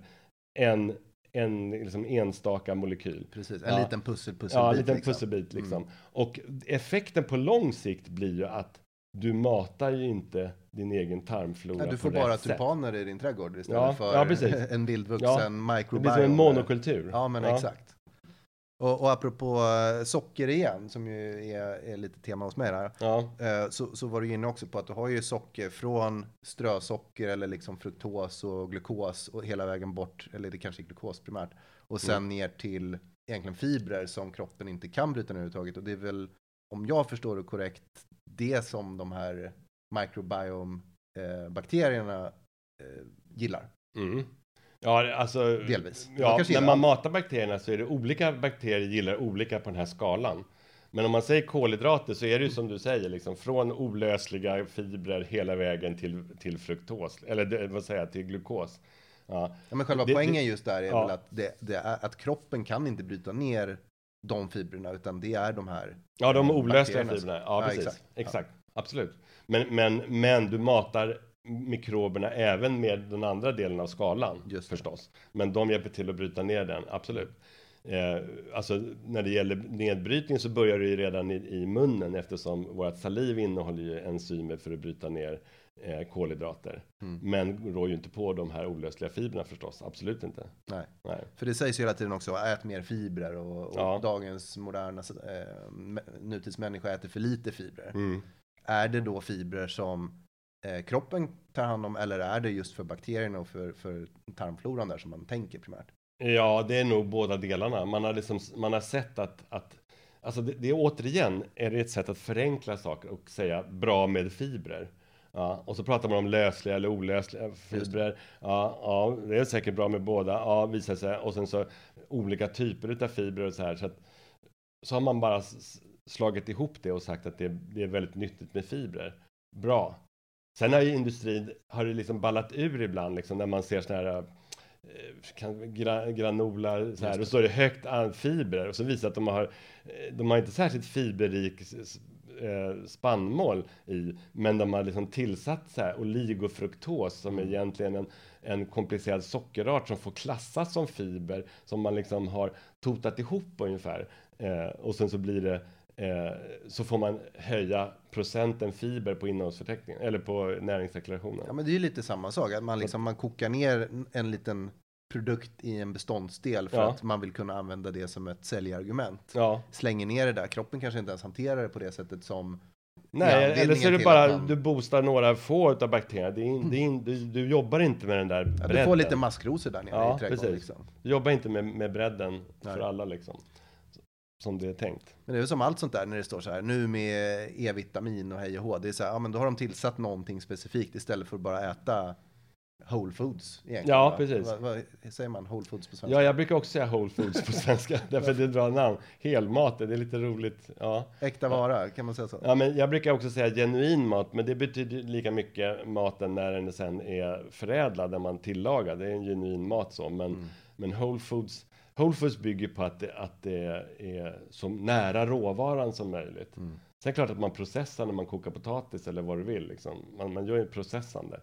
en liksom enstaka molekyl. Precis, en liten pusselbit. Ja, en liten pusselbit liksom. Och effekten på lång sikt blir ju att du matar ju inte din egen tarmflora. Du får bara tulpaner i din trädgård istället för en vildvuxen microbiome. Det blir som en monokultur. Ja, men exakt. Och apropå socker igen, som ju är lite tema hos mig här. Ja. Så var du inne också på att du har ju socker från strösocker eller liksom fruktos och glukos och hela vägen bort, eller det kanske är glukos primärt. Och sen ner till egentligen fibrer som kroppen inte kan bryta ner överhuvudtaget. Och det är väl, om jag förstår det korrekt, det som de här microbiome-bakterierna gillar. Ja, alltså delvis. Ja, när man matar bakterierna så är det olika bakterier gillar olika på den här skalan. Men om man säger kolhydrater så är det ju som du säger liksom, från olösliga fibrer hela vägen till fruktos, eller vad säger jag, till glukos. Ja, men själva poängen just där är väl att det är att kroppen kan inte bryta ner de fibrerna, utan det är de här. Ja, de olösliga fibrerna. Ja, precis. Exakt. Absolut. Men du matar mikroberna även med den andra delen av skalan, just förstås. Men de hjälper till att bryta ner den, absolut. Alltså när det gäller nedbrytning så börjar det ju redan i munnen, eftersom vårt saliv innehåller ju enzymer för att bryta ner kolhydrater. Men rår ju inte på de här olösliga fibrerna förstås, absolut inte. Nej. För det sägs ju hela tiden också, ät mer fibrer och dagens moderna nutidsmänniska äter för lite fibrer. Är det då fibrer som kroppen tar hand om, eller är det just för bakterierna och för tarmfloran där som man tänker primärt? Ja, det är nog båda delarna. Man har sett att alltså det är återigen är det ett sätt att förenkla saker och säga bra med fibrer. Ja, och så pratar man om lösliga eller olösliga fibrer. Ja, det är säkert bra med båda. Ja, visar sig. Och sen så olika typer av fibrer och så här. Så har man bara slagit ihop det och sagt att det är väldigt nyttigt med fibrer. Bra. Sen har ju industrin har det liksom ballat ur ibland liksom, när man ser såna här granola så här, och så är det högt fibrer och så visar att de har inte särskilt fiberrik spannmål i, men de har liksom tillsatt så här oligofruktos som är egentligen en komplicerad sockerart som får klassas som fiber som man liksom har totat ihop ungefär, och sen så blir det så får man höja procenten fiber på innehållsförteckningen eller på näringsdeklarationen. Ja, men det är ju lite samma sak, att man kokar ner en liten produkt i en beståndsdel för att man vill kunna använda det som ett säljargument. Slänger ner det där, kroppen kanske inte ens hanterar det på det sättet som... Nej, eller så är det bara du boostar några få av bakterierna. Du jobbar inte med den där bredden. Du får lite maskrosor där nere i trädgården. Precis. Liksom. Du jobbar inte med bredden för alla liksom. Som det är tänkt. Men det är ju som allt sånt där när det står så här, nu med E-vitamin och hej och hå. Det är så här, ja men då har de tillsatt någonting specifikt istället för att bara äta Whole Foods egentligen. Ja, precis. Vad säger man? Whole Foods på svenska? Ja, jag brukar också säga Whole Foods på svenska. Därför det drar namn. Helmat, det är lite roligt. Ja. Äkta vara, kan man säga så? Ja, men jag brukar också säga genuin mat. Men det betyder lika mycket maten när den sen är förädlad, när man tillagar. Det är en genuin mat så. Men Whole Foods bygger på att det är så nära råvaran som möjligt. Sen är det klart att man processar när man kokar potatis eller vad du vill. Liksom. Man gör ju processande.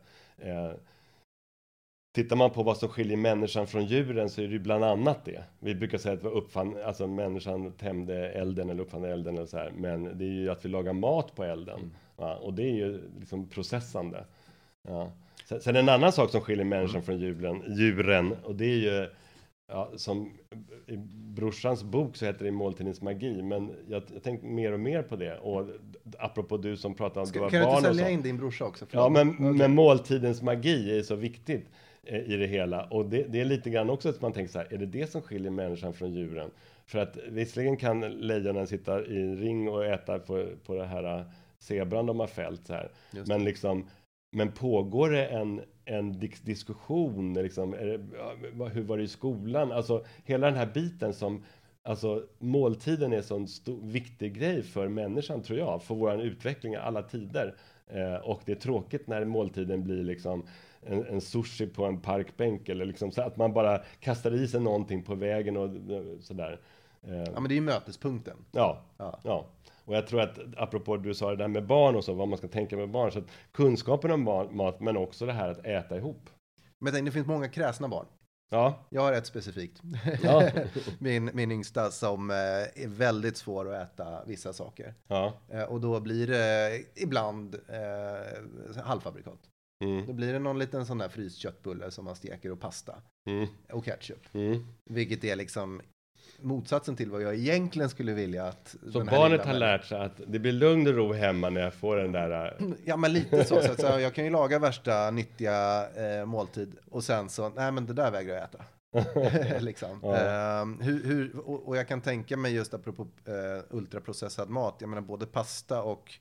Tittar man på vad som skiljer människan från djuren så är det ju bland annat det. Vi brukar säga att människan tämjde elden eller uppfann elden eller så här. Men det är ju att vi lagar mat på elden. Ja, och det är ju liksom processande. Ja. Sen en annan sak som skiljer människan från djuren, och det är ju som i brorsans bok så heter det Måltidens magi, men jag tänkte mer och mer på det, och apropå du som pratade om att du var barn och så. Kan du inte sälja in din brorsa också? Ja, men måltidens magi är så viktigt i det hela, och det är lite grann också att man tänker så här, är det som skiljer människan från djuren? För att visserligen kan lejonen sitta i en ring och äta på det här zebran de har fällt så här, men pågår det en diskussion liksom, hur var det i skolan, alltså hela den här biten som, alltså måltiden är en sån viktig grej för människan, tror jag, för våran utveckling i alla tider, och det är tråkigt när måltiden blir liksom en sushi på en parkbänk, eller liksom så att man bara kastar i sig någonting på vägen och sådär. Ja, men det är ju mötespunkten. Ja. Och jag tror att, apropå du sa det där med barn och så, vad man ska tänka med barn, så att kunskapen om mat, men också det här att äta ihop. Men jag tänkte, det finns många kräsna barn. Ja. Jag har ett specifikt. min yngsta som är väldigt svår att äta vissa saker. Ja. Och då blir det ibland halvfabrikat. Då blir det någon liten sån där frysköttbulle som man steker och pasta. Och ketchup. Vilket är liksom motsatsen till vad jag egentligen skulle vilja att... Så barnet har lärt sig att det blir lugn och ro hemma när jag får den där... Ja, men lite så att jag kan ju laga värsta nyttiga måltid och sen så, nej men det där vägrar jag äta. Liksom. Och jag kan tänka mig just apropå ultraprocessad mat, jag menar både pasta och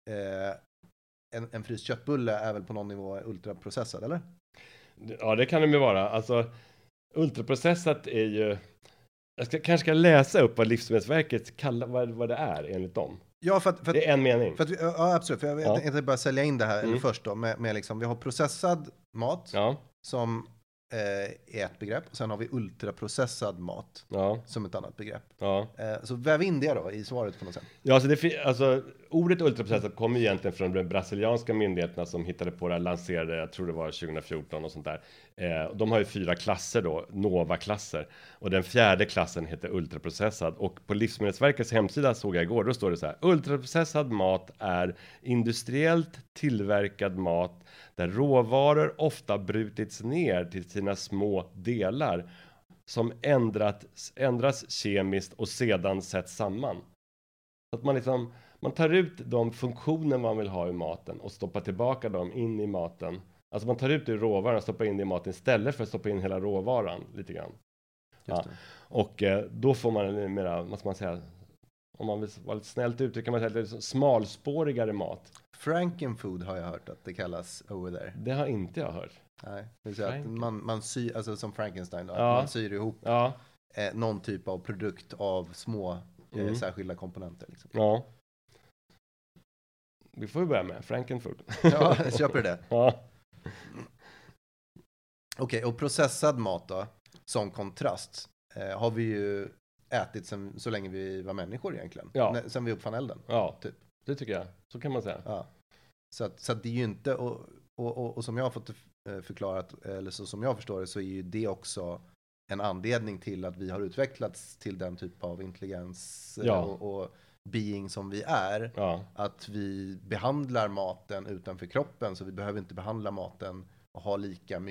en fryst köttbulle är väl på någon nivå ultraprocessad, eller? Ja, det kan det ju vara. Alltså, ultraprocessat är ju... Jag kanske ska läsa upp vad Livsmedelsverket kallar vad det är enligt dem. Ja, för det är en mening. Ja, absolut. För jag tänkte bara sälja in det här först då, med liksom, vi har processad mat som är ett begrepp, och sen har vi ultraprocessad mat som ett annat begrepp. Så väv in det då i svaret på något sätt. Ja, alltså ordet ultraprocessat kommer egentligen från de brasilianska myndigheterna som hittade på det här, lanserade, jag tror det var 2014 och sånt där. De har ju 4 klasser då, Nova-klasser. Och den 4:e klassen heter ultraprocessad. Och på Livsmedelsverkets hemsida såg jag igår, då står det så här: ultraprocessad mat är industriellt tillverkad mat där råvaror ofta brutits ner till sina små delar som ändras kemiskt och sedan sätts samman. Så att man tar ut de funktioner man vill ha i maten och stoppar tillbaka dem in i maten. Alltså man tar ut ur råvaran och stoppar in det i maten istället för att stoppa in hela råvaran lite grann. Ja. Och då får man en mera, vad ska man säga, om man vill vara lite snällt uttryck kan man säga lite smalspårigare mat. Frankenfood har jag hört att det kallas over there. Det har inte jag hört. Nej, det vill säga att man syr, alltså som Frankenstein då, Ja. man syr ihop någon typ av produkt av små särskilda komponenter. Liksom. Ja. Vi får ju börja med Frankenfood. Ja, köper det. Ja. Okej, och processad mat då, som kontrast, har vi ju ätit så länge vi var människor egentligen. Ja. Sen vi uppfann elden. Ja, typ. Det tycker jag. Så kan man säga. Ja. Så att det är ju inte, och som jag har fått förklarat, eller så som jag förstår det, så är ju det också en anledning till att vi har utvecklats till den typ av intelligens och being som vi är. Ja. Att vi behandlar maten utanför kroppen, så vi behöver inte behandla maten och ha lika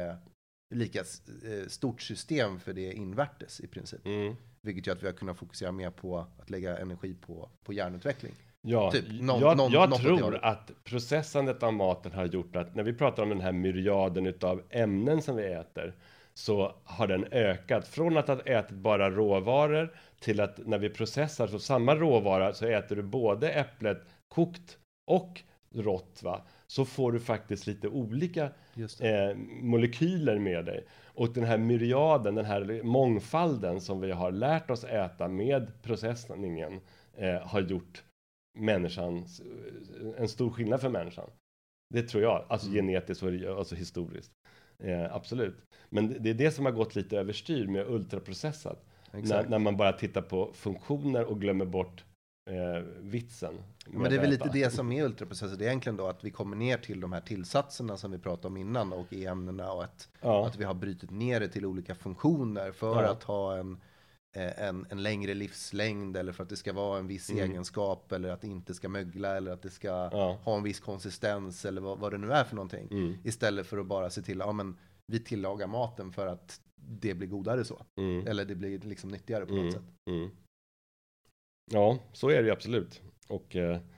stort system för det invärtes i princip. Vilket gör att vi har kunnat fokusera mer på att lägga energi på hjärnutveckling. Ja, typ, jag tror att processandet av maten har gjort att när vi pratar om den här myriaden utav ämnen som vi äter, så har den ökat från att ha ätit bara råvaror till att när vi processar så samma råvara så äter du både äpplet kokt och rått, va? Så får du faktiskt lite olika molekyler med dig. Och den här myriaden, den här mångfalden som vi har lärt oss äta med processningen har gjort en stor skillnad för människan. Det tror jag, alltså genetiskt och alltså historiskt. Absolut. Men det är det som har gått lite överstyr med ultraprocessat. När man bara tittar på funktioner och glömmer bort vitsen. Men det är väl lite det som är ultraprocessat. Det är egentligen då att vi kommer ner till de här tillsatserna som vi pratade om innan och i ämnena, och att vi har brytit ner det till olika funktioner för att ha en längre livslängd, eller för att det ska vara en viss egenskap, eller att det inte ska mögla, eller att det ska ha en viss konsistens, eller vad det nu är för någonting. Istället för att bara se till att vi tillagar maten för att det blir godare så. Eller det blir liksom nyttigare på något sätt. Ja, så är det ju absolut. Och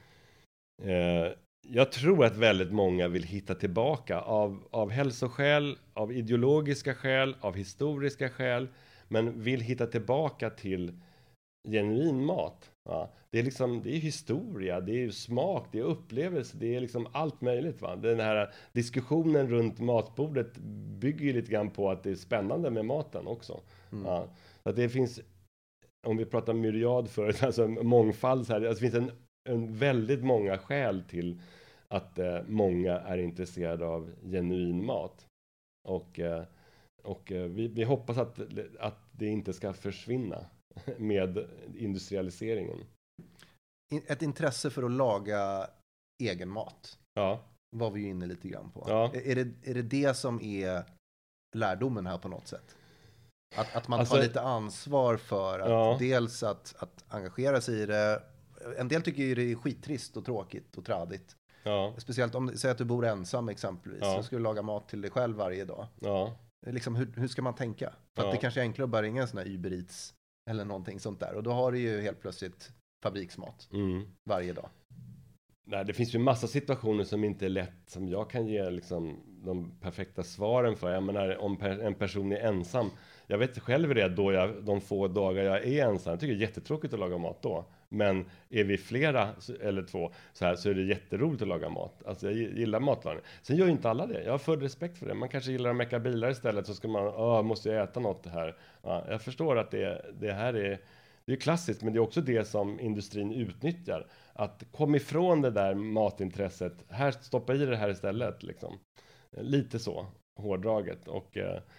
jag tror att väldigt många vill hitta tillbaka av hälsoskäl, av ideologiska skäl, av historiska skäl, men vill hitta tillbaka till genuin mat. Ja, det är historia, det är smak, det är upplevelse, det är liksom allt möjligt, va? Den här diskussionen runt matbordet bygger ju lite grann på att det är spännande med maten också. Ja, så att det finns, om vi pratar myriad förut, alltså mångfald så här, det finns en väldigt många skäl till att många är intresserade av genuin mat. Och vi hoppas att det inte ska försvinna med industrialiseringen. Ett intresse för att laga egen mat. Ja. Var vi ju inne lite grann på. Ja. Är det som är lärdomen här på något sätt? Att man tar lite ansvar för att dels att engagera sig i det. En del tycker ju det är skittrist och tråkigt och tradigt. Ja. Speciellt om, säg att du bor ensam exempelvis. Så ska du laga mat till dig själv varje dag. Ja. Liksom, hur ska man tänka? För att det kanske är enklare att bara ringa en sån här Uber Eats eller någonting sånt där. Och då har du ju helt plötsligt fabriksmat varje dag. Nej, det finns ju massa situationer som inte är lätt, som jag kan ge liksom de perfekta svaren för. Jag menar, om en person är ensam. Jag vet själv det de få dagar jag är ensam. Jag tycker det är jättetråkigt att laga mat då. Men är vi flera eller två så är det jätteroligt att laga mat. Alltså jag gillar matlagning. Sen gör ju inte alla det. Jag har full respekt för det. Man kanske gillar att mecka bilar istället, så ska man, måste jag äta något här. Ja, jag förstår att det här är klassiskt, men det är också det som industrin utnyttjar. Att komma ifrån det där matintresset. Här, stoppa i det här istället. Liksom. Lite så, hårdraget. Och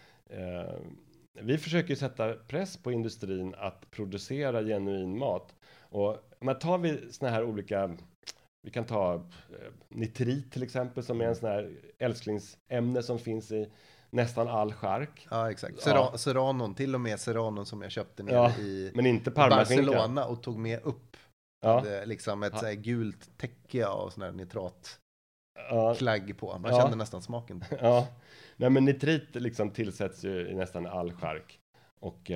vi försöker sätta press på industrin att producera genuin mat. Och tar vi såna här olika Vi kan ta nitrit till exempel, som är en sån här älsklingsämne som finns i nästan all chark. Ja, exakt. Serranon, till och med Serranon som jag köpte nere i men inte Barcelona och tog med upp. Ja. Hade liksom ett så här gult täcke av sån här nitratklagg på. Man kände nästan smaken. Ja, nej, men nitrit liksom tillsätts ju i nästan all chark. Och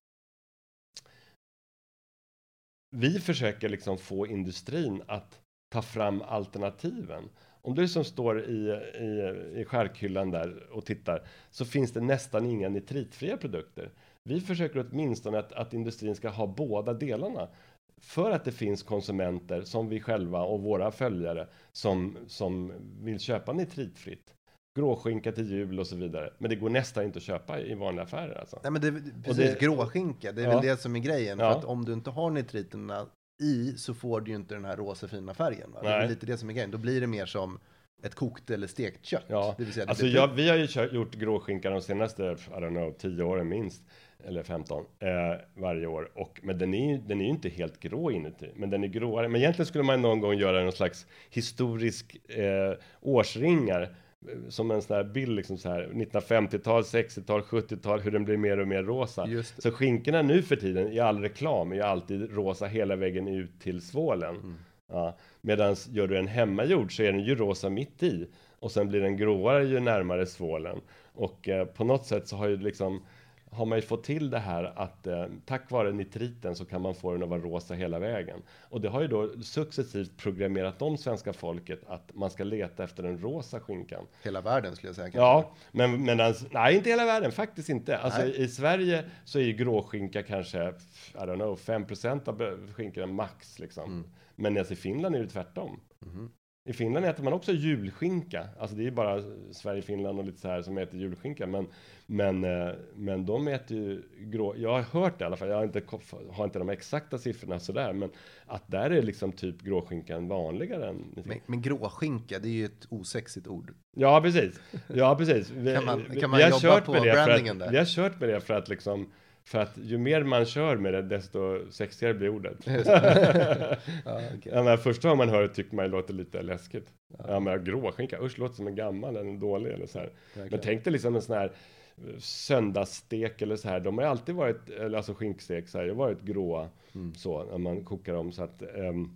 vi försöker liksom få industrin att ta fram alternativen. Om du som står i charkhyllan där och tittar, så finns det nästan inga nitritfria produkter. Vi försöker åtminstone att industrin ska ha båda delarna. För att det finns konsumenter som vi själva och våra följare som vill köpa nitritfritt. Gråskinka till jul och så vidare. Men det går nästan inte att köpa i vanliga affärer. Alltså. Nej, men precis, gråskinka, det är väl det som är grejen. För att om du inte har nitriterna i, så får du ju inte den här rosa fina färgen. Va? Det är lite det som är grejen. Då blir det mer som ett kokt eller stekt kött. Ja, det vill säga, alltså vi har ju gjort gråskinka de senaste 10 åren minst. Eller 15 varje år. Men den är ju inte helt grå inuti. Men den är gråare. Men egentligen skulle man någon gång göra någon slags historisk årsringar. Som en sån här bild liksom så här 1950-tal, 60-tal, 70-tal, hur den blir mer och mer rosa. Så skinkorna nu för tiden i all reklam är ju alltid rosa hela vägen ut till svålen. Ja. Medan gör du en hemmagjord så är den ju rosa mitt i. Och sen blir den gråare ju närmare svålen. Och på något sätt så har man ju fått till det här att tack vare nitriten så kan man få den att vara rosa hela vägen. Och det har ju då successivt programmerat om svenska folket att man ska leta efter den rosa skinkan. Hela världen skulle jag säga. Kanske. Ja, men nej, inte hela världen, faktiskt inte. Alltså i Sverige så är ju gråskinka kanske, 5% av skinkorna max liksom. Men alltså i Finland är det tvärtom. I Finland äter man också julskinka. Alltså det är ju bara Sverige, Finland och lite så här som äter julskinka. Men de äter ju jag har hört det i alla fall. Jag har inte de exakta siffrorna sådär. Men att där är liksom typ gråskinkan vanligare än... Men gråskinka, det är ju ett osexigt ord. Ja, precis. Kan man jobba på brandingen där? Vi har kört med det för att liksom... För att ju mer man kör med det, desto sexigare blir ordet. Men första gången man hör det tycker man låter lite läskigt. Men gråskinka, usch, låter som en gammal eller en dålig eller så här. Men tänk dig liksom en sån här söndagsstek eller så här. De har alltid varit, alltså skinkstek så här, det har varit gråa så när man kokar dem. Så att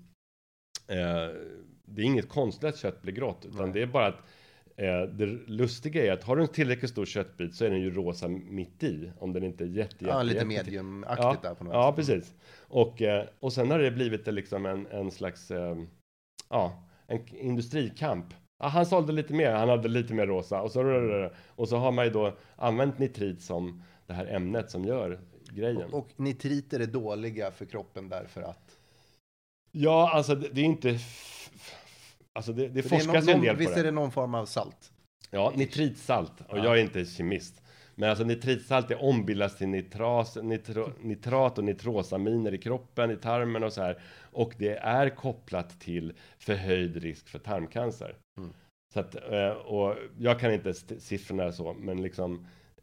det är inget konstigt att kött blir grått, utan det är bara att det lustiga är att har du en tillräckligt stor köttbit så är den ju rosa mitt i, om den inte är jätte lite mediumaktigt där på något sätt. Ja, precis. Och sen har det blivit liksom en slags en industrikamp. Han sålde lite mer, han hade lite mer rosa och så har man ju då använt nitrit som det här ämnet som gör grejen. Och nitriter är dåliga för kroppen därför att... Ja, alltså det är inte... Alltså det forskas en del på det. Visst är det någon form av salt? Ja, nitritsalt. Och jag är inte kemist. Men alltså nitritsalt är ombildas till nitrat och nitrosaminer i kroppen, i tarmen och så här. Och det är kopplat till förhöjd risk för tarmcancer. Så att, och jag kan inte siffrorna så, men liksom...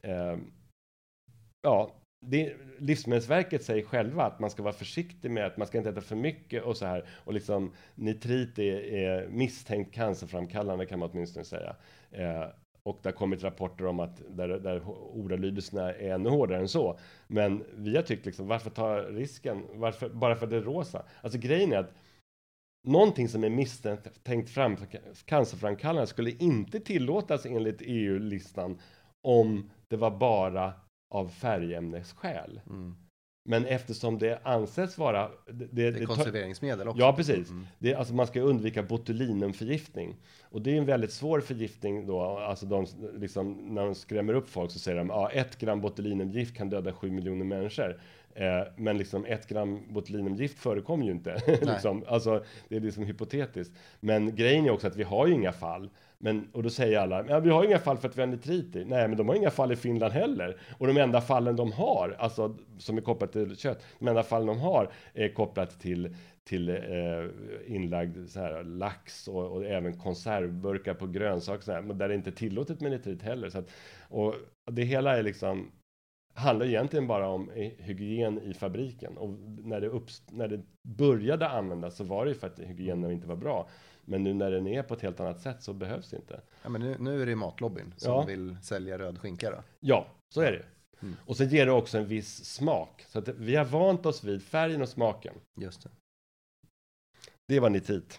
Livsmedelsverket säger själva att man ska vara försiktig med att man ska inte äta för mycket och så här. Och liksom nitrit är misstänkt cancerframkallande, kan man åtminstone säga. Och det har kommit rapporter om att där ordalydelserna är ännu hårdare än så. Men vi har tyckt liksom, varför ta risken? Bara för det är rosa? Alltså grejen är att någonting som är misstänkt cancerframkallande skulle inte tillåtas enligt EU-listan om det var bara av färgämnesskäl. Men eftersom det anses vara... Det är konserveringsmedel också. Ja, precis. Alltså man ska undvika botulinumförgiftning. Och det är en väldigt svår förgiftning då. Alltså när de skrämmer upp folk så säger de 1 gram botulinumgift kan döda 7 miljoner människor. Men liksom 1 gram botulinumgift förekommer ju inte. Alltså, det är liksom hypotetiskt. Men grejen är också att vi har ju inga fall. Och då säger alla, vi har inga fall för att vi har nitrit i. Nej, men de har inga fall i Finland heller. Och de enda fallen de har, alltså som är kopplat till kött, de enda fallen de har är kopplat till inlagd så här, lax och även konservburkar på grönsaker så här, men där det inte är tillåtet med nitrit heller. Så att, och det hela är liksom handlar egentligen bara om hygien i fabriken. Och när det började användas så var det ju för att hygienen inte var bra. Men nu när den är på ett helt annat sätt så behövs det inte. Ja, men nu är det matlobbyn som vill sälja röd skinka då. Ja, så är det. Och så ger det också en viss smak. Så att vi har vant oss vid färgen och smaken. Just det. Det var nitrit.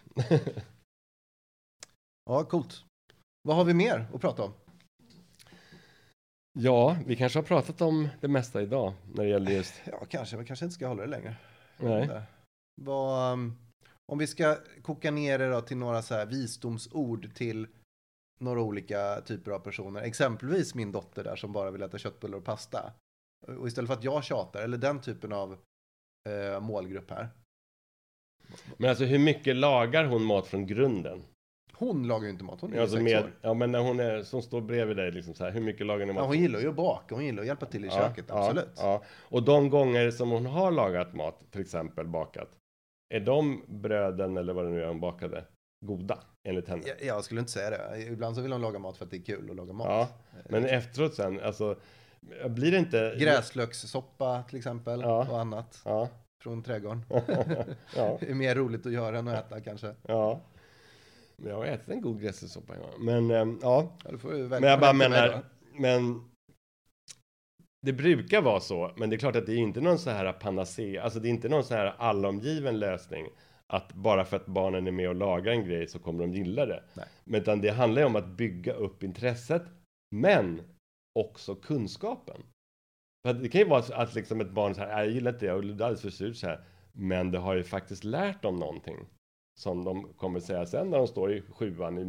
Ja, coolt. Vad har vi mer att prata om? Ja, vi kanske har pratat om det mesta idag när det gäller just... Ja, kanske. Men kanske inte ska hålla det längre. Nej. Om vi ska koka ner det då till några så här visdomsord till några olika typer av personer. Exempelvis min dotter där som bara vill äta köttbullar och pasta. Och istället för att jag tjatar, eller den typen av målgrupp här. Men alltså hur mycket lagar hon mat från grunden? Hon lagar ju inte mat, hon är ju Alltså 6 år. ja, men när hon är som står bredvid dig liksom så här, hur mycket lagar ni mat? Ja, hon gillar ju att baka, hon gillar att hjälpa till i köket, absolut. Ja. Och de gånger som hon har lagat mat, till exempel bakat, är de bröden eller vad det nu är hon bakade goda enligt henne? Jag skulle inte säga det. Ibland så vill hon laga mat för att det är kul att laga mat. Ja, men efteråt sen, alltså blir det inte... Gräslökssoppa till exempel och annat från trädgården. Ja. Det är mer roligt att göra än att äta kanske. Ja. Men jag har ätit en god gräslökssoppa. Men ja. Du får ju men jag bara menar, men det brukar vara så, men det är klart att det är inte någon så här panacea, alltså det är inte någon så här allomgiven lösning att bara för att barnen är med och lagar en grej så kommer de gilla det. Nej. Men utan det handlar ju om att bygga upp intresset, men också kunskapen. För att det kan ju vara att liksom ett barn så här, jag gillar inte det, och det är alldeles för surt så här, men det har ju faktiskt lärt dem någonting som de kommer säga sen när de står i 7:an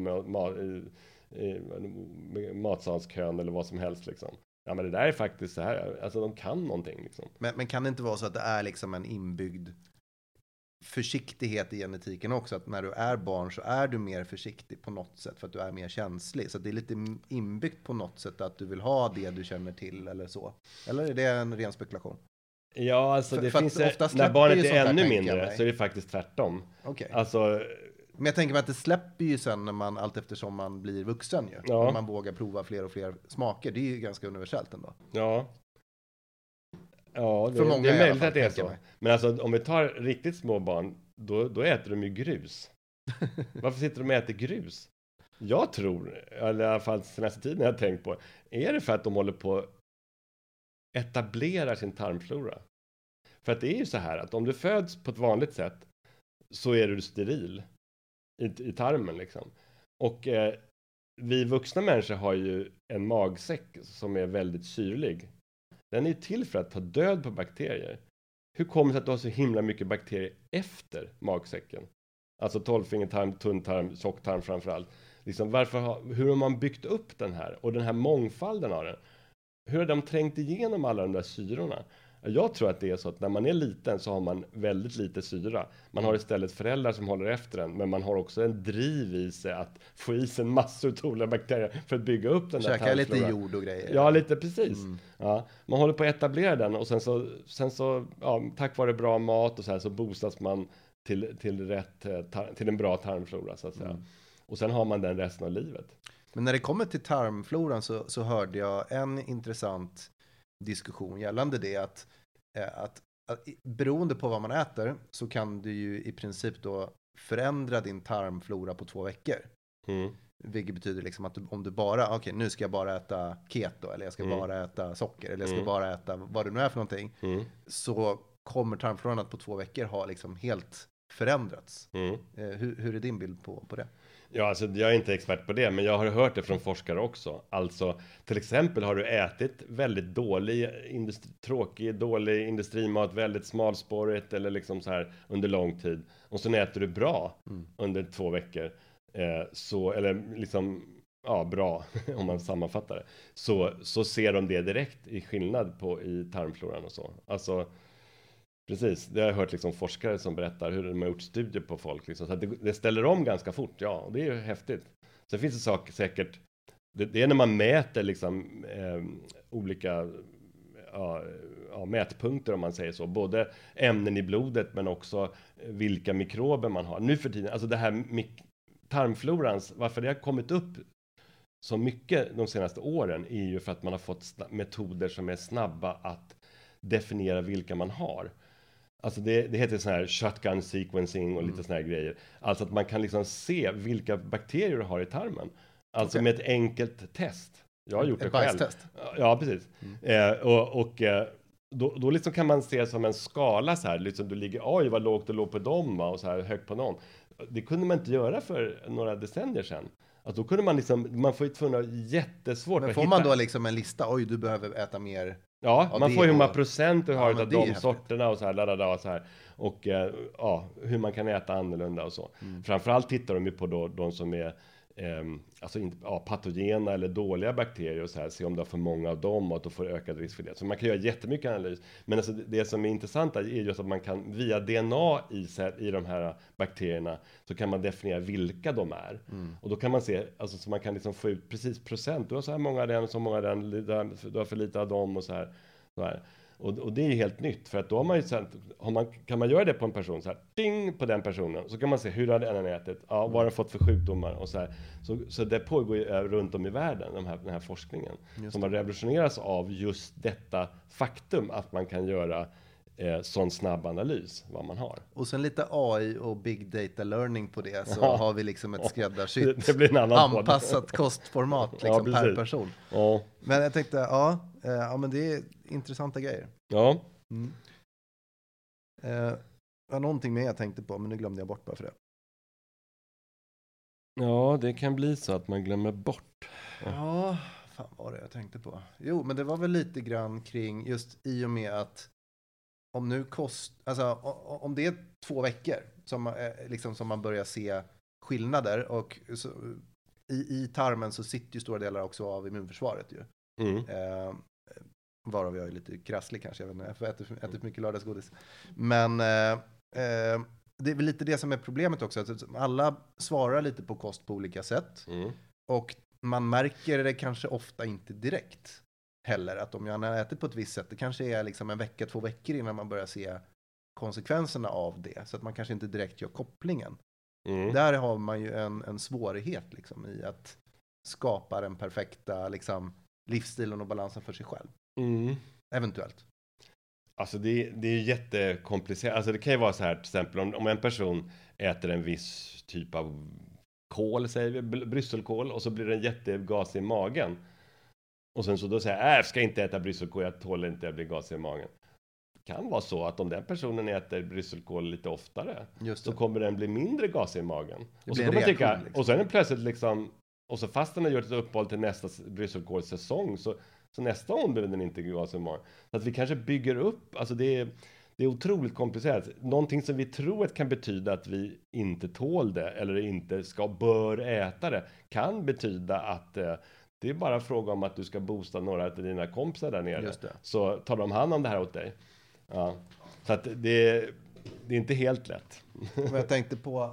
i matsalskön eller vad som helst liksom. Ja, men det där är faktiskt så här, alltså de kan någonting liksom. Men kan det inte vara så att det är liksom en inbyggd försiktighet i genetiken också, att när du är barn så är du mer försiktig på något sätt för att du är mer känslig, så det är lite inbyggt på något sätt att du vill ha det du känner till eller så, eller är det en ren spekulation? Ja, alltså det för finns när barnet är ännu mindre så är det faktiskt tvärtom. Okay. Alltså, men jag tänker mig att det släpper ju sen när man, allt eftersom man blir vuxen ju. När man vågar prova fler och fler smaker. Det är ju ganska universellt ändå. Ja, det är möjligt att det är så. Men alltså om vi tar riktigt små barn, då äter de ju grus. Varför sitter de och äter grus? Jag tror, eller i alla fall senaste tiden jag har tänkt på, är det för att de håller på att etablera sin tarmflora? För att det är ju så här att om du föds på ett vanligt sätt så är du steril i tarmen liksom. Och vi vuxna människor har ju en magsäck som är väldigt syrlig. Den är ju till för att ta död på bakterier. Hur kommer det sig att du har så himla mycket bakterier efter magsäcken? Alltså 12-fingertarm, tunntarm, tjocktarm framförallt. Liksom, hur har man byggt upp den här? Och den här mångfalden av den. Hur har de trängt igenom alla de där syrorna? Jag tror att det är så att när man är liten så har man väldigt lite syra. Man har istället föräldrar som håller efter en, men man har också en driv i sig att få i sig massor av olika bakterier för att bygga upp den där tarmfloran. Käka lite jord och grejer. Ja, lite precis. Ja, man håller på att etablera den och sen så tack vare bra mat och så här så boostas man till en bra tarmflora så att säga. Och sen har man den resten av livet. Men när det kommer till tarmfloran så hörde jag en intressant diskussion gällande det att beroende på vad man äter så kan du ju i princip då förändra din tarmflora på 2 veckor. Vilket betyder liksom att om du bara, nu ska jag bara äta keto eller jag ska bara äta socker eller jag ska bara äta vad det nu är för någonting, så kommer tarmfloran att på 2 veckor ha liksom helt förändrats. Hur är din bild på det? Ja, alltså jag är inte expert på det, men jag har hört det från forskare också. Alltså, till exempel har du ätit väldigt dålig industrimat, väldigt smalspårigt eller liksom så här under lång tid. Och sen äter du bra under 2 veckor. Eller liksom, bra om man sammanfattar det. Så ser de det direkt i skillnad i tarmfloran och så. Alltså, precis, det har jag hört liksom forskare som berättar hur de har gjort studier på folk. Liksom. Så att det ställer om ganska fort, och det är ju häftigt. Sen finns det saker säkert, det är när man mäter liksom, olika mätpunkter om man säger så. Både ämnen i blodet men också vilka mikrober man har. Nu för tiden, alltså det här tarmflorans, varför det har kommit upp så mycket de senaste åren är ju för att man har fått metoder som är snabba att definiera vilka man har. Alltså det heter sån här shotgun sequencing och lite såna här grejer. Alltså att man kan liksom se vilka bakterier du har i tarmen. Alltså med ett enkelt test. Jag har gjort det själv. Ja, precis. Då liksom kan man se som en skala så här. Liksom du ligger, oj vad lågt du låg på dem och så här högt på någon. Det kunde man inte göra för några decennier sedan. Alltså då kunde man liksom, man får ju tvunna jättesvårt men att får hitta. Man då liksom en lista, oj du behöver äta mer. Ja, man får ju hur många procent du har av de häftigt. sorterna och så här, och så här. Och hur man kan äta annorlunda och så. Framförallt tittar de ju på då, de som är alltså inte, patogena eller dåliga bakterier och så här, se om du har för många av dem och att du får ökad risk för det. Så man kan göra jättemycket analys. Men alltså det som är intressant är just att man kan via DNA i de här bakterierna så kan man definiera vilka de är. Och då kan man se, alltså så man kan liksom få ut precis procent. Du har så här många av den, så många av den, du har för lite av dem och så här. Och det är ju helt nytt, för att då har man ju kan man göra det på en person så här, ding på den personen, så kan man se hur har den ätit, vad har den fått för sjukdomar och så här. Så det pågår ju runt om i världen, den här forskningen som har revolutionerats av just detta faktum att man kan göra sån snabb analys vad man har. Och sen lite AI och big data learning på det, så har vi liksom ett skräddarsytt det blir en annan anpassat kostformat liksom, per person. Ja. Men jag tänkte, men det är intressanta grejer. Ja. Var någonting mer jag tänkte på, men nu glömde jag bort bara för det. Ja, det kan bli så att man glömmer bort. Ja, fan vad det jag tänkte på. Jo, men det var väl lite grann kring just i och med att om nu om det är 2 veckor som man börjar se skillnader och så, i tarmen så sitter ju stora delar också av immunförsvaret ju. Varav jag är lite krasslig kanske, jag vet inte, jag får ätit mycket lördagsgodis. Men det är väl lite det som är problemet också, att alla svarar lite på kost på olika sätt. Och man märker det kanske ofta inte direkt heller, att om jag har ätit på ett visst sätt, det kanske är liksom 1 vecka, 2 veckor innan man börjar se konsekvenserna av det, så att man kanske inte direkt gör kopplingen. Där har man ju en svårighet liksom i att skapa den perfekta liksom livsstilen och balansen för sig själv. Eventuellt. Alltså det är jättekomplicerat. Alltså det kan ju vara så här, till exempel om en person äter en viss typ av kål, säger vi, brysselkål, och så blir det en jättegas i magen. Och sen så då säger jag ska inte äta brysselkål, jag tål inte, jag blir gasig i magen. Det kan vara så att om den personen äter brysselkål lite oftare så kommer den bli mindre gasig i magen. Och så, kommer liksom. Och så är den plötsligt liksom, och så fast den har gjort ett uppehåll till nästa brysselkålssäsong så nästa gång blir den inte gasig i magen. Så att vi kanske bygger upp, alltså det är otroligt komplicerat. Någonting som vi tror att kan betyda att vi inte tål det eller inte bör äta det kan betyda att det är bara fråga om att du ska boosta några av dina kompisar där nere. Så tar de hand om det här åt dig. Ja. Så att det är inte helt lätt. Men jag tänkte på...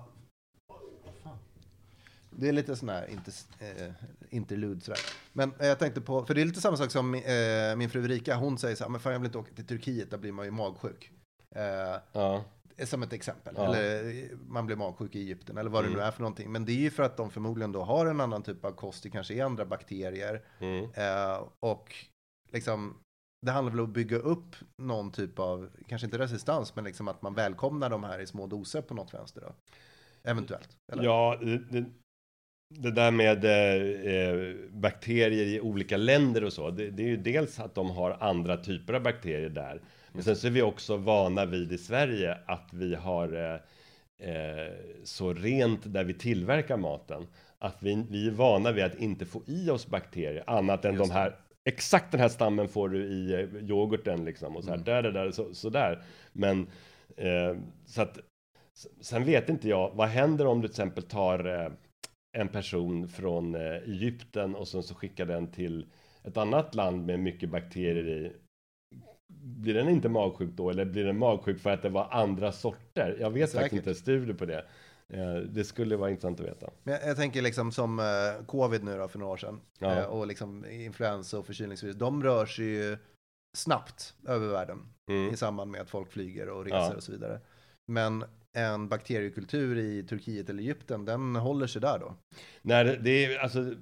Det är lite sån här interlude sådär. Men jag tänkte på... För det är lite samma sak som min fru Erika. Hon säger så här, men fan jag vill inte åka till Turkiet, där blir man ju magsjuk. Som ett exempel. Eller man blir magsjuk i Egypten, eller vad det nu är för någonting. Men det är ju för att de förmodligen då har en annan typ av kost. Det kanske är andra bakterier. Och liksom, det handlar väl om att bygga upp någon typ av, kanske inte resistans, men liksom att man välkomnar de här i små doser på något vänster då. Eventuellt. Eller? Ja, det där med bakterier i olika länder och så, det är ju dels att de har andra typer av bakterier där. Men sen så är vi också vana vid i Sverige att vi har så rent där vi tillverkar maten. Att vi är vana vid att inte få i oss bakterier annat än de här, exakt den här stammen får du i yoghurten liksom. Och så här, så där. Men så att, sen vet inte jag, vad händer om du till exempel tar en person från Egypten och sen så skickar den till ett annat land med mycket bakterier i. Blir den inte magsjuk då, eller blir den magsjuk för att det var andra sorter? Jag vet faktiskt inte studier på det. Det skulle vara intressant att veta. Men jag tänker liksom som covid nu då för några år sedan. Och liksom influensa och förkylningsvirus. De rör sig ju snabbt över världen i samband med att folk flyger och reser och så vidare. Men en bakteriekultur i Turkiet eller Egypten, den håller sig där då? Nej, det är alltså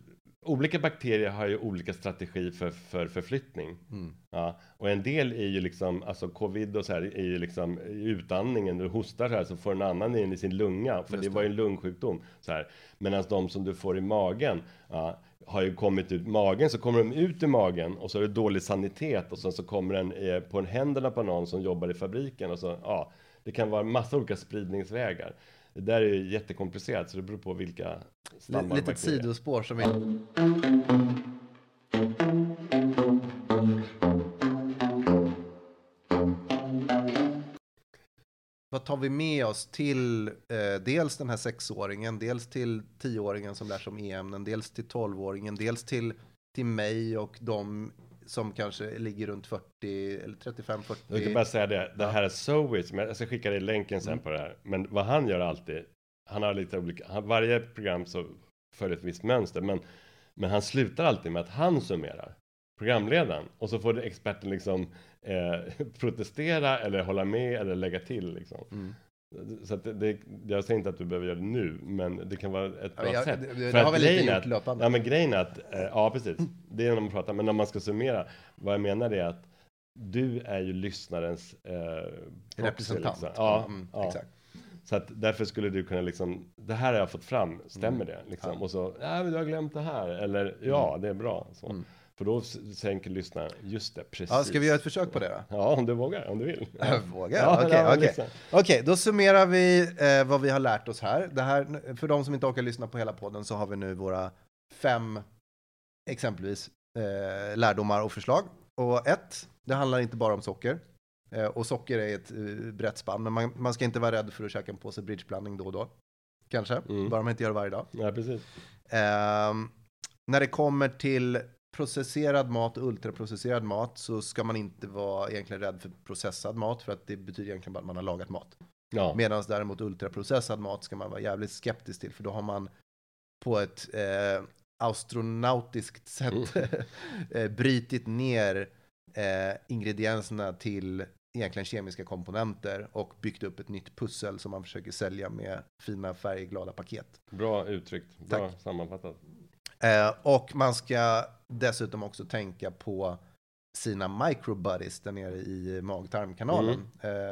olika bakterier har ju olika strategi för förflyttning. Ja, och en del är ju liksom, alltså covid och så här är ju liksom i utandningen, du hostar så här så får en annan in i sin lunga, för det var ju en lungsjukdom så här. Medan de som du får i magen, ja, har ju kommit ut magen, så kommer de ut i magen och så är det dålig sanitet och sen så kommer den på händerna på någon som jobbar i fabriken och så, ja, det kan vara massa olika spridningsvägar. Det där är ju jättekomplicerat, så det beror på vilka standardbakterier. Litet sidospår som är... Vad tar vi med oss till dels den här 6-åringen, dels till 10-åringen som lär sig om e-ämnen, dels till 12-åringen, dels till mig och de som kanske ligger runt 40 eller 35-40. Jag kan bara säga det här är Zoe, som jag ska skicka dig länken sen på det här. Men vad han gör alltid, han har lite olika, varje program så följer ett visst mönster, men han slutar alltid med att han summerar programledaren, och så får experten liksom protestera eller hålla med eller lägga till liksom. Så att jag säger inte att du behöver göra det nu, men det kan vara ett bra sätt. Det har väl lite gjort löpande. Ja, men grejen är att, ja precis, det är när man pratar, men när man ska summera, vad jag menar är att du är ju lyssnarens representant. Liksom. Ja. Exakt. Så att därför skulle du kunna liksom, det här har jag fått fram, stämmer det? Liksom. Och så, men du har glömt det här, eller ja, det är bra. Så. För då sänker lyssnaren, just det, precis. Ja, ska vi göra ett försök på det då? Ja, om du vågar, om du vill. Jag vågar? Okej, då summerar vi vad vi har lärt oss här. Det här. För de som inte orkar lyssna på hela podden så har vi nu våra 5 exempelvis lärdomar och förslag. Och 1, det handlar inte bara om socker. Och socker är ett brett spann, men man ska inte vara rädd för att käka en påse bridgeblandning då och då. Kanske, bara man inte gör det varje dag. Ja, precis. När det kommer till processerad mat och ultraprocesserad mat så ska man inte vara egentligen rädd för processad mat, för att det betyder egentligen bara att man har lagat mat. Ja. Medan däremot ultraprocessad mat ska man vara jävligt skeptisk till, för då har man på ett astronautiskt sätt brytit ner ingredienserna till egentligen kemiska komponenter och byggt upp ett nytt pussel som man försöker sälja med fina färgglada paket. Bra uttryckt, bra sammanfattat. Och man ska dessutom också tänka på sina microbuddies där nere i mag-tarmkanalen.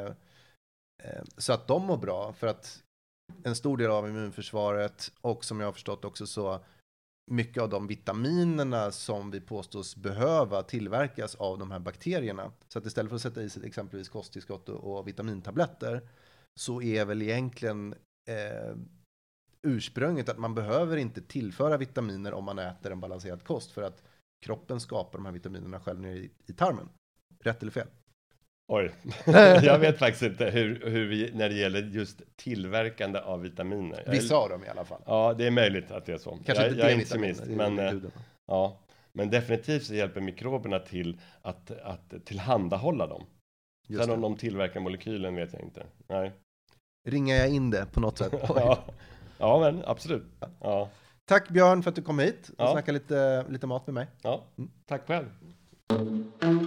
Så att de mår bra, för att en stor del av immunförsvaret, och som jag har förstått också så mycket av de vitaminerna som vi påstås behöva tillverkas av de här bakterierna. Så att istället för att sätta i sig exempelvis kosttillskott och vitamintabletter, så är väl egentligen ursprunget att man behöver inte tillföra vitaminer om man äter en balanserad kost, för att kroppen skapar de här vitaminerna själv nere i tarmen. Rätt eller fel? Oj, jag vet faktiskt inte hur vi, när det gäller just tillverkande av vitaminer. Vissa av dem i alla fall. Ja, det är möjligt att det är så. Kanske inte jag är inte kemist, men definitivt så hjälper mikroberna till att tillhandahålla dem. Sen om de tillverkar molekylen vet jag inte. Nej. Ringar jag in det på något sätt? Ja, men absolut. Ja. Tack Björn för att du kom hit och snackade lite mat med mig. Ja, tack själv.